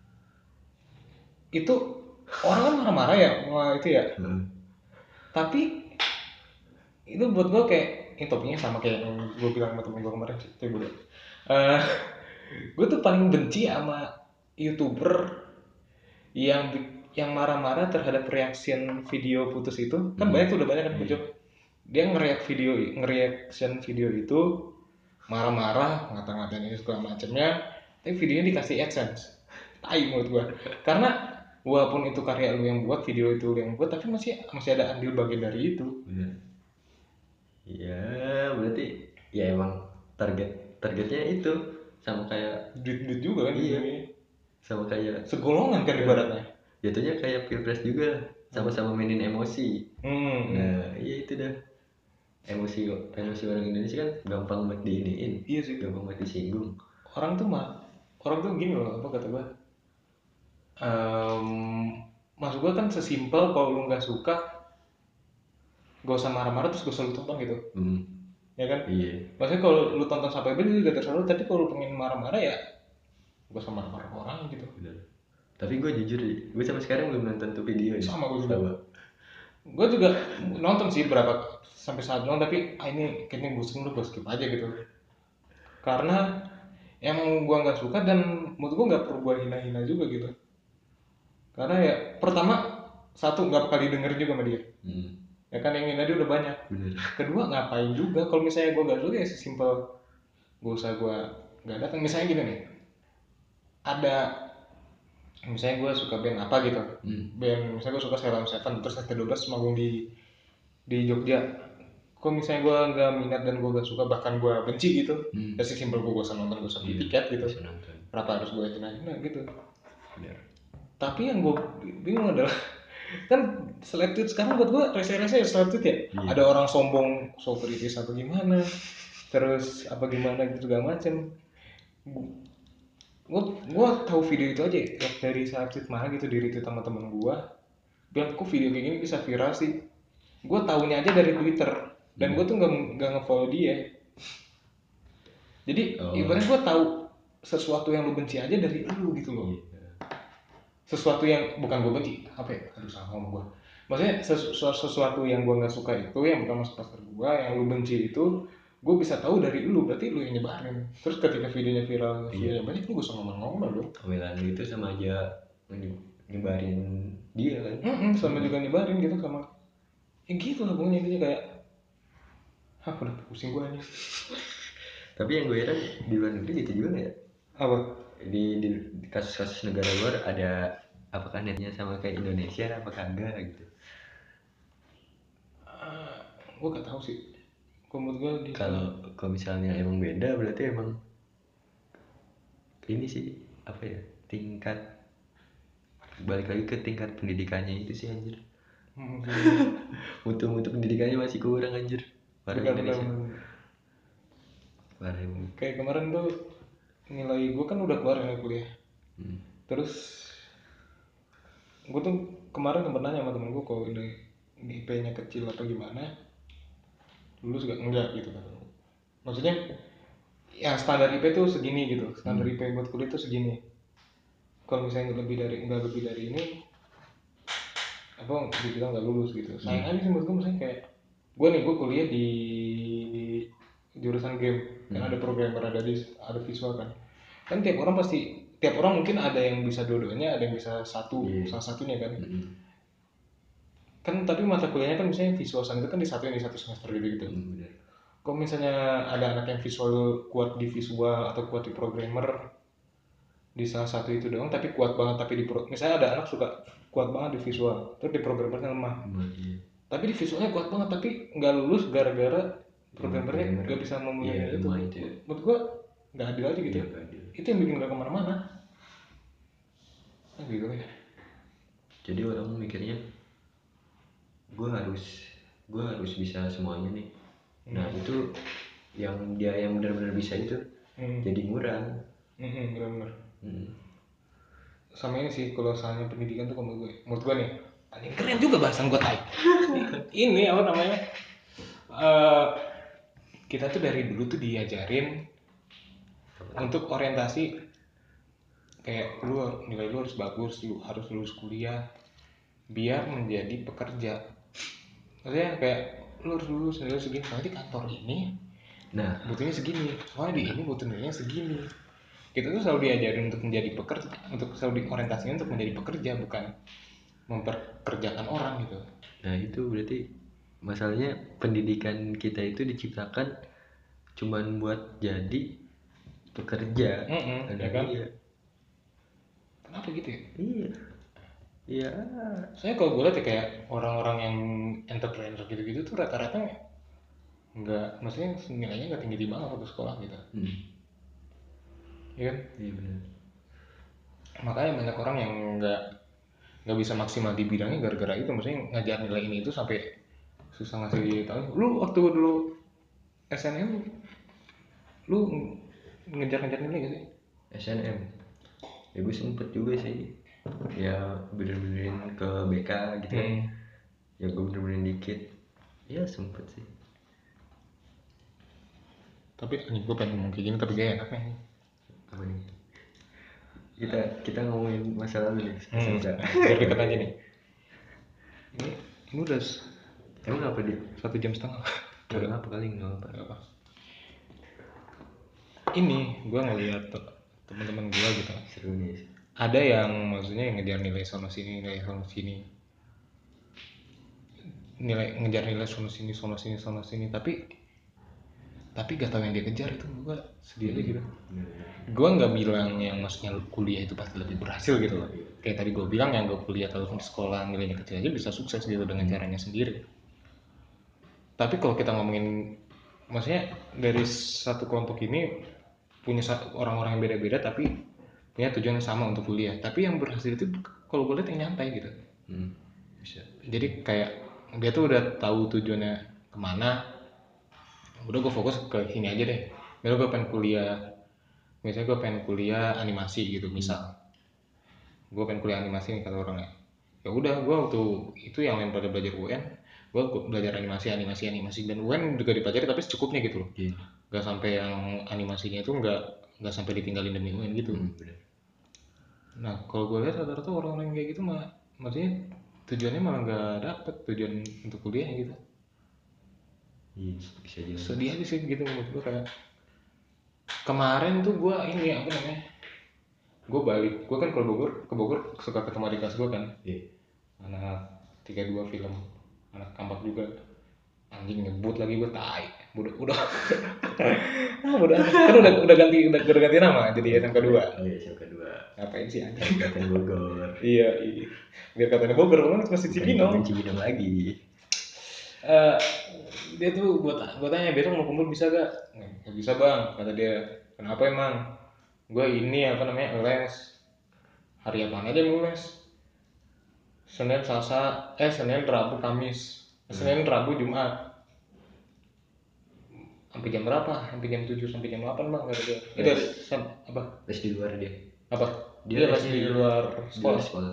Speaker 1: Itu orang kan marah-marah ya, itu ya. Tapi itu buat gue kayak topiknya sama kayak yang gue bilang sama temen gue kemarin sih, gue tuh paling benci sama YouTuber yang yang marah-marah terhadap reaction video putus itu kan banyak tuh, udah banyak kan muncul. Dia nge-reaction video itu marah-marah, ngata-ngatain ini segala macamnya, tapi videonya dikasih AdSense. Tai menurut gua. Karena walaupun itu karya lu yang buat, video itu lu yang buat, tapi masih ada andil bagian dari itu.
Speaker 2: Bener. Ya berarti ya emang targetnya itu sama kayak
Speaker 1: Duit juga kan.
Speaker 2: Iya.
Speaker 1: Ini.
Speaker 2: Sama kayak
Speaker 1: Segolongan kan ibaratnya.
Speaker 2: jatuhnya kayak pilpres juga, sama-sama mainin emosi. Nah iya itu dah, emosi orang Indonesia kan gampang banget diiniin.
Speaker 1: Iya sih.
Speaker 2: Gampang banget disinggung.
Speaker 1: Orang tuh gini loh, apa kata gua, maksud gua kan sesimpel kalau lu nggak suka gak usah marah-marah terus gak usah lu tonton gitu. Ya kan?
Speaker 2: Iya.
Speaker 1: Maksudnya kalau lu tonton sampai habis juga terserah lu, tapi kalau lu pengen marah-marah ya gak usah marah-marah orang gitu.
Speaker 2: Bener. Tapi gue jujur, gue sampai sekarang belum nonton tuh video.
Speaker 1: Sama gue juga. Gue juga nonton sih berapa sampai saat doang, tapi ini kayaknya bosen, lu gue skip aja gitu. Karena emang gue nggak suka dan menurut gue nggak perlu gue hina-hina juga gitu. Karena ya pertama satu nggak bakal didengerin juga sama dia. Ya kan yang hina dia udah banyak.
Speaker 2: Bener.
Speaker 1: Kedua ngapain juga kalau misalnya gue nggak suka ya sesimpel gak usah gue nggak datang. Misalnya gini nih, ada misalnya gue suka band apa gitu, band misalnya gue suka Sheila on 7 terus ST12 manggung di Jogja. Kok misalnya gue nggak minat dan gue gak suka, bahkan gue benci gitu, ya sesimpel gue usah nonton, gue usah beli tiket gitu. Kenapa harus gue hina-hina gitu?
Speaker 2: Bener.
Speaker 1: Tapi yang gue bingung adalah kan selected sekarang buat gue rese-rese selected ya. Ada orang sombong so kritis atau gimana, terus apa gimana gitu segala macem. Gue tahu video itu aja ya, dari selected mana gitu, di retweet sama temen gue bilang kok video kayak gini bisa viral sih. Gue taunya aja dari Twitter dan gue tuh nggak ngefollow dia. Jadi ibaratnya gue tahu sesuatu yang lu benci aja dari lu gitu loh. Sesuatu yang bukan gue benci, apa ya? Aduh salah ngomong gue. Maksudnya sesuatu yang gue nggak suka itu, yang bukan masuk pasar gue, yang lu benci itu, gue bisa tahu dari lu, berarti lu yang nyebarin. Terus ketika videonya viral, videonya banyak, lu gak usah ngomong-ngomong dong.
Speaker 2: Omelan itu sama aja nyebarin dia kan.
Speaker 1: Sama juga nyebarin gitu, sama ya gitu lah pokoknya intinya kayak udah pusing gue aja.
Speaker 2: Tapi yang gue heran di luar negeri gitu juga nggak ya?
Speaker 1: Apa?
Speaker 2: Di kasus-kasus negara luar ada apakah netnya sama kayak Indonesia apakah enggak gitu?
Speaker 1: Gue gak tahu sih. Menurut gue
Speaker 2: kalau misalnya emang beda berarti emang ini sih apa ya, tingkat balik lagi ke tingkat pendidikannya itu sih anjir. mutu pendidikannya masih kurang anjir. Parah Indonesia. Parah emang.
Speaker 1: Kayak kemarin tuh nilai gue kan udah keluar nilai kuliah. Terus gue tuh kemarin sempat nanya sama temen gue kalau ini IP-nya kecil atau gimana, lulus gak? Enggak gitu kan. Maksudnya ya standar IP tuh segini gitu, standar IP buat kuliah tuh segini. Kalau misalnya nggak lebih dari ini, apa dibilang nggak lulus gitu. Sayang aja sih menurut gue, misalnya kayak gue kuliah di jurusan game, kan ada programmer, ada visual kan tiap orang mungkin ada yang bisa dua-duanya, ada yang bisa salah satunya kan. Kan tapi mata kuliahnya kan misalnya visual itu kan disatuin di satu semester gitu. Kalau misalnya ada anak yang visual kuat di visual atau kuat di programmer di salah satu itu doang, tapi kuat banget tapi misalnya ada anak suka kuat banget di visual terus di programmernya lemah. Tapi di visualnya kuat banget tapi nggak lulus gara-gara programmernya nggak bisa memenuhi itu. Menurut gua nggak adil aja gitu. Itu yang bikin nggak kemana-mana. Gitu ya.
Speaker 2: Jadi orang mikirnya gue harus bisa semuanya nih. Nah itu yang dia yang benar-benar bisa itu jadi murah.
Speaker 1: Benar-benar. Sama ini sih kalau soalnya pendidikan tuh menurut gue nih paling keren juga bahasan gue tai. Ini apa namanya? Kita tuh dari dulu tuh diajarin untuk orientasi kayak nilai lu harus bagus, lu harus lulus kuliah biar menjadi pekerja. Maksudnya kayak lu harus lulus nilai segini, nanti kantor ini butuhnya segini, di ini butuh nilainya segini. Kita tuh selalu diajarin untuk menjadi pekerja, untuk selalu diorientasikan untuk menjadi pekerja, bukan memperkerjakan orang gitu.
Speaker 2: Nah itu berarti masalahnya pendidikan kita itu diciptakan cuman buat jadi pekerja.
Speaker 1: Ya kan?
Speaker 2: Iya.
Speaker 1: Kenapa gitu ya?
Speaker 2: Iya. Iya.
Speaker 1: Saya kalau gue lihat ya kayak orang-orang yang entrepreneur gitu-gitu tuh rata-rata nggak, maksudnya nilainya nggak tinggi banget waktu sekolah gitu. Iya kan?
Speaker 2: Iya benar.
Speaker 1: Makanya banyak orang yang nggak bisa maksimal di bidangnya gara-gara itu, maksudnya ngajar nilai ini itu sampai susah ngasih tahu. Lu waktu dulu SNM lu ngejar-ngejar nilai gak sih?
Speaker 2: SNM ya gue sempet juga sih ya bener-benerin ke BK gitu kan. Ya gue bener-benerin dikit ya sempet sih.
Speaker 1: Tapi anjing gue pengen ngomong kayak gini tapi gak enak nih.
Speaker 2: Apa nih? Kita ngomongin masa lalu nih.
Speaker 1: Biar dekat aja nih. Ini udah
Speaker 2: Emang apa dia?
Speaker 1: 1 jam setengah.
Speaker 2: Nggak apa kali nggak apa.
Speaker 1: Ini gue ngeliat teman-teman gue gitu.
Speaker 2: Seru nih.
Speaker 1: Ada yang maksudnya yang ngejar nilai sono sini, ngejar nilai sono sini, tapi gak tau yang dia kejar. Itu gue sedih aja gitu. Gue nggak bilang yang maksudnya kuliah itu pasti lebih berhasil gitu loh. Kayak tadi gue bilang yang gue kuliah atau di sekolah nilainya kecil aja bisa sukses gitu dengan caranya sendiri. Tapi kalau kita ngomongin, maksudnya dari satu kelompok ini punya orang-orang yang beda-beda tapi punya tujuan yang sama untuk kuliah. Tapi yang berhasil itu kalau gue lihat yang nyantai gitu.
Speaker 2: Bisa.
Speaker 1: Jadi kayak dia tuh udah tahu tujuannya kemana. Udah gue fokus ke sini aja deh. Misalnya gue pengen kuliah animasi gitu misal. Gue pengen kuliah animasi nih kata orangnya. Ya udah gue waktu itu yang lain pada belajar UN, gue belajar animasi dan UN juga dipelajari tapi secukupnya gitu loh. Gak sampai yang animasinya itu nggak sampai ditinggalin demi UN gitu.
Speaker 2: Bener.
Speaker 1: Nah kalau gue lihat rata-rata orang-orang yang kayak gitu maksudnya tujuannya malah nggak dapet tujuan untuk kuliahnya gitu.
Speaker 2: Iya bisa jadi.
Speaker 1: Sedih aja sih gitu menurut gue. Kayak kemarin tuh gue ini apa namanya, gue balik, gue kan ke Bogor suka ketemu adik kelas gue kan. Anak 32 film, anak kampak juga. Anjing nyebut lagi gue tai. Udah kan udah ganti nama jadi SMK 2.
Speaker 2: Oh iya SMK 2.
Speaker 1: Ngapain sih anjing?
Speaker 2: Kabupaten Bogor.
Speaker 1: Iya. Biar katanya Bogor, kan masih Cibinong.
Speaker 2: Cibinong lagi.
Speaker 1: Dia tuh gue tanya besok mau kumpul bisa gak? Nggak bisa bang, kata dia. Kenapa emang? Gue ini apa namanya les. Hari apa aja mau les? Senin Rabu Kamis, Senin Rabu Jumat. Sampai jam berapa? Sampai jam 7 sampai jam 8 bang kata dia. Itu apa?
Speaker 2: Les di luar dia.
Speaker 1: Apa? Dia les di luar sekolah.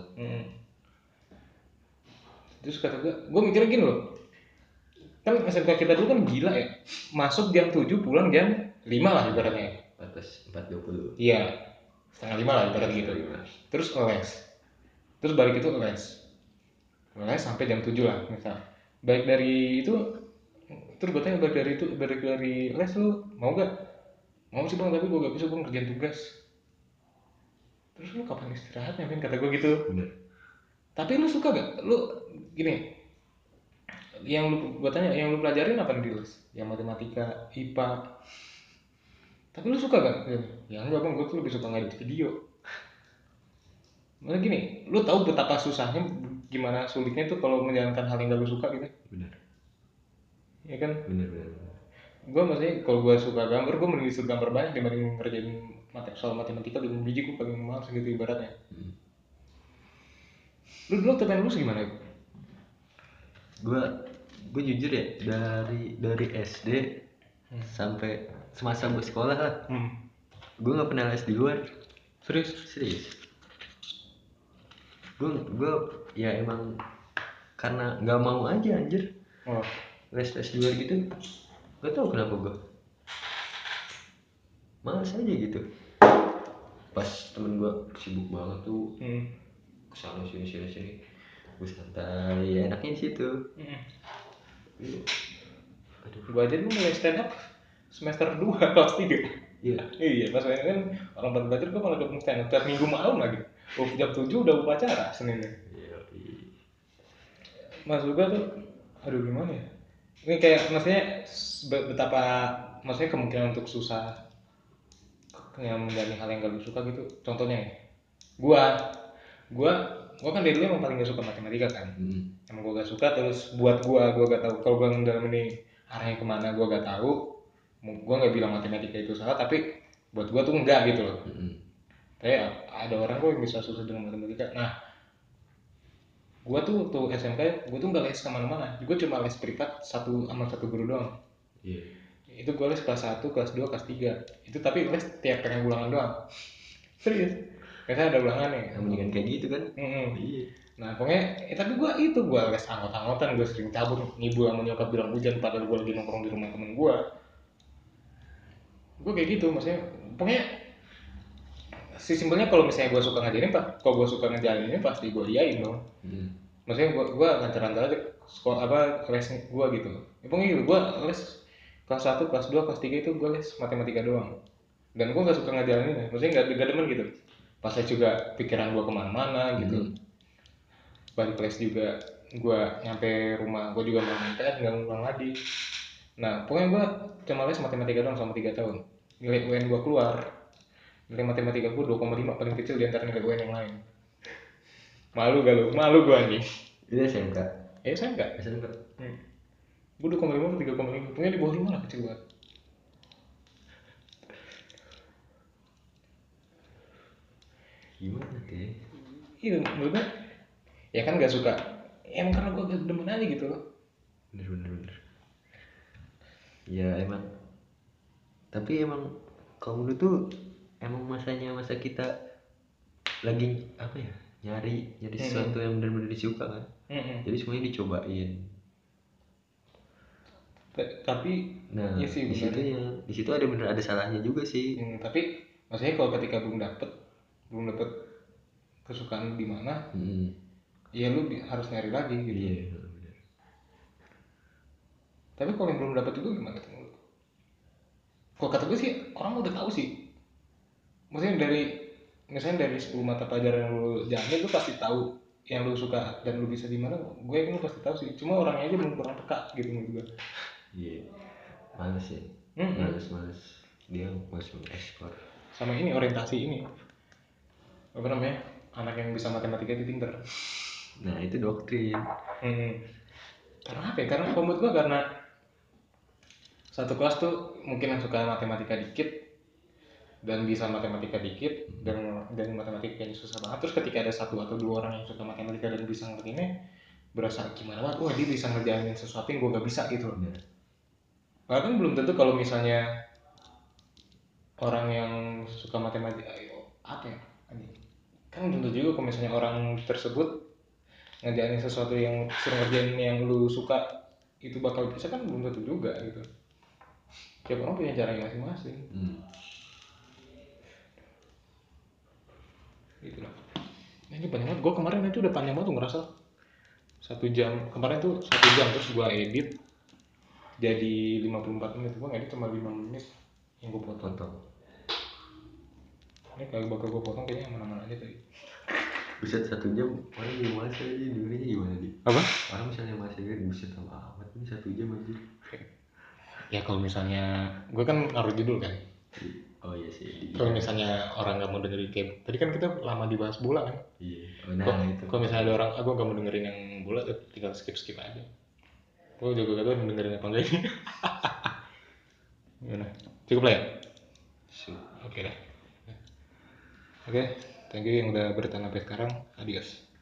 Speaker 1: Terus kata gue mikirnya gini loh. Kan SMK kita dulu kan gila ya. Masuk jam 7 pulang jam 5 lah ibaratnya.
Speaker 2: 4:20.
Speaker 1: Iya. 4:30 lah ibaratnya gitu. Terus les. Terus balik itu les sampai jam 7 lah misal. Balik dari itu, terus gue tanya balik dari les lu mau gak? Mau sih bang, tapi gue gak bisa, gue ngerjain tugas. Terus lu kapan istirahatnya kan, kata gue gitu.
Speaker 2: Bener.
Speaker 1: Tapi lu suka gak? Lu gini, gue tanya yang lu pelajarin apa di les? Yang matematika, IPA. Tapi lu suka gak? Ya enggak bang, gue tuh lebih suka ngedit video. Maksudnya gini, lu tahu betapa susahnya, gimana sulitnya tuh kalau menjalankan hal yang gak lu suka gitu.
Speaker 2: Bener.
Speaker 1: Ya kan?
Speaker 2: Bener.
Speaker 1: Gue maksudnya kalau gue suka gambar, gue mending disuruh gambar banyak dibanding ngerjain soal matematika 5 biji, gue paling males gitu ibaratnya. Lu dulu pengen lulus gimana?
Speaker 2: Gue jujur ya, dari SD sampai semasa gue sekolah lah, gue nggak pernah les di luar. Serius. Gue ya emang karena nggak mau aja anjir. Les di luar gitu, gak tau kenapa gue malas aja gitu. Pas temen gue sibuk banget tuh, kesana sini, gue santai, ya enaknya di situ.
Speaker 1: Gue aja dulu mulai stand up semester 2 kelas 3. Iya, pas kan orang pada belajar, gue malah ketemu stand up tiap minggu malam lagi. Jam 7 udah upacara Seninnya. maksud gua tuh aduh gimana ya, ini kayak maksudnya betapa maksudnya kemungkinan untuk susah yang menjalani hal yang gak lu suka gitu. Contohnya nih, gua gua gua kan dari dulu emang paling gak suka matematika kan. Emang gua gak suka, terus buat gua gak tahu kalau gua dalam ini arahnya kemana, gua gak tahu. Gua nggak bilang matematika itu salah, tapi buat gua tuh enggak gitu loh. Kayak ada orang kok yang bisa susah dengan matematika. Nah, gua tuh SMK gua tuh nggak les kemana-mana, gua cuma les privat satu guru doang. Itu gua les kelas 1, kelas 2, kelas 3. Itu tapi les tiap pengen ulangan doang. Serius, biasanya ada ulangan ya.
Speaker 2: Mendingan kayak gitu kan.
Speaker 1: Iya. Nah pokoknya tapi gua les anggot-anggotan, gua sering cabut ngibul sama nyokap bilang hujan padahal gua lagi nongkrong di rumah temen gua kayak gitu. Maksudnya pokoknya simpelnya kalau misalnya gua suka ngajarin kalau gua suka ngejalaninnya pasti gua iyain dong. Maksudnya gua nganter-nganter aja sekolah apa les gua gitu. Ya, pokoknya gitu, gua les kelas 1, kelas 2, kelas 3 itu gua les matematika doang. Dan gua nggak suka ngejalaninnya, maksudnya nggak demen gitu. Pas saya juga pikiran gua kemana-mana gitu. Balik les juga gua nyampe rumah gua juga mau main PS, nggak ngulang lagi. Nah pokoknya gua cuma les matematika doang selama 3 tahun. Nilai UN gua keluar, nilai matematika gua 2,5, paling kecil di antara nilai UN yang lain. Malu gak lu? Malu gua anjing.
Speaker 2: Itu SMK.
Speaker 1: SMK. Gua 2,5 atau 3,5, pokoknya di bawah 5 lah, kecil banget.
Speaker 2: Gimana tuh?
Speaker 1: Iya menurut gue ya kan gak suka, emang karena gue gak demen aja gitu loh.
Speaker 2: Bener. Ya emang. Tapi emang kalau menurut tuh emang masa kita lagi apa ya, nyari sesuatu yang benar-benar disuka kan. Jadi semuanya dicobain.
Speaker 1: Tapi
Speaker 2: nah
Speaker 1: ya sih,
Speaker 2: di situ ada bener ada salahnya juga sih.
Speaker 1: Tapi maksudnya kalau ketika belum dapet kesukaan di mana, ya lu harus nyari lagi gitu.
Speaker 2: Iya benar.
Speaker 1: Tapi kalau yang belum dapet itu gimana tuh? Kalau kata gue sih orang udah tahu sih. Maksudnya misalnya dari 10 mata pelajaran yang lu jalani, lu pasti tahu yang lu suka dan lu bisa di mana. Gue yakin lu pasti tahu sih. Cuma orangnya aja belum kurang peka gitu menurut gue.
Speaker 2: Iya. Males ya. Males. Dia males mengeksplor.
Speaker 1: Sama ini orientasi ini. Apa namanya? Anak yang bisa matematika itu pinter.
Speaker 2: Nah itu doktrin.
Speaker 1: Karena apa ya? Karena menurut gue karena satu kelas tuh mungkin yang suka matematika dikit dan bisa matematika dikit dan matematikanya susah banget. Terus ketika ada satu atau dua orang yang suka matematika dan bisa ngertiinnya, berasa gimana banget, wah dia bisa ngerjain sesuatu yang gue gak bisa gitu loh. Bahkan belum tentu kalau misalnya orang yang suka matematika apa ya, kan belum tentu juga kalau misalnya orang tersebut ngerjain sesuatu yang suruh ngerjain yang lu suka itu bakal bisa, kan belum tentu juga gitu. Tiap orang punya caranya masing-masing. Gitu lah. Nah, ini banyak banget. Gue kemarin itu udah panjang banget tuh ngerasa 1 jam. Kemarin tuh 1 jam terus gue edit jadi 54 menit. Gue ngedit cuma 5 menit yang gue potong. Ini kalau bakal gue potong kayaknya aman-aman aja tadi.
Speaker 2: Buset 1 jam, orang gimana sih aja dengerinnya gimana di?
Speaker 1: Apa?
Speaker 2: Orang misalnya masih dengerin buset sama amat ini 1 jam aja.
Speaker 1: Ya kalau misalnya gue kan naruh judul kan.
Speaker 2: Oh iya sih.
Speaker 1: Kalau misalnya orang nggak mau dengerin kayak tadi kan kita lama dibahas bola kan.
Speaker 2: Iya. Nah itu.
Speaker 1: Kalau misalnya ada orang, aku nggak mau dengerin yang bola, tinggal skip aja. Gue juga gak tau dengerin apa enggak ini. Gimana? Cukup lah ya? Oke deh. Oke, thank you yang udah bertahan sampai sekarang. Adios.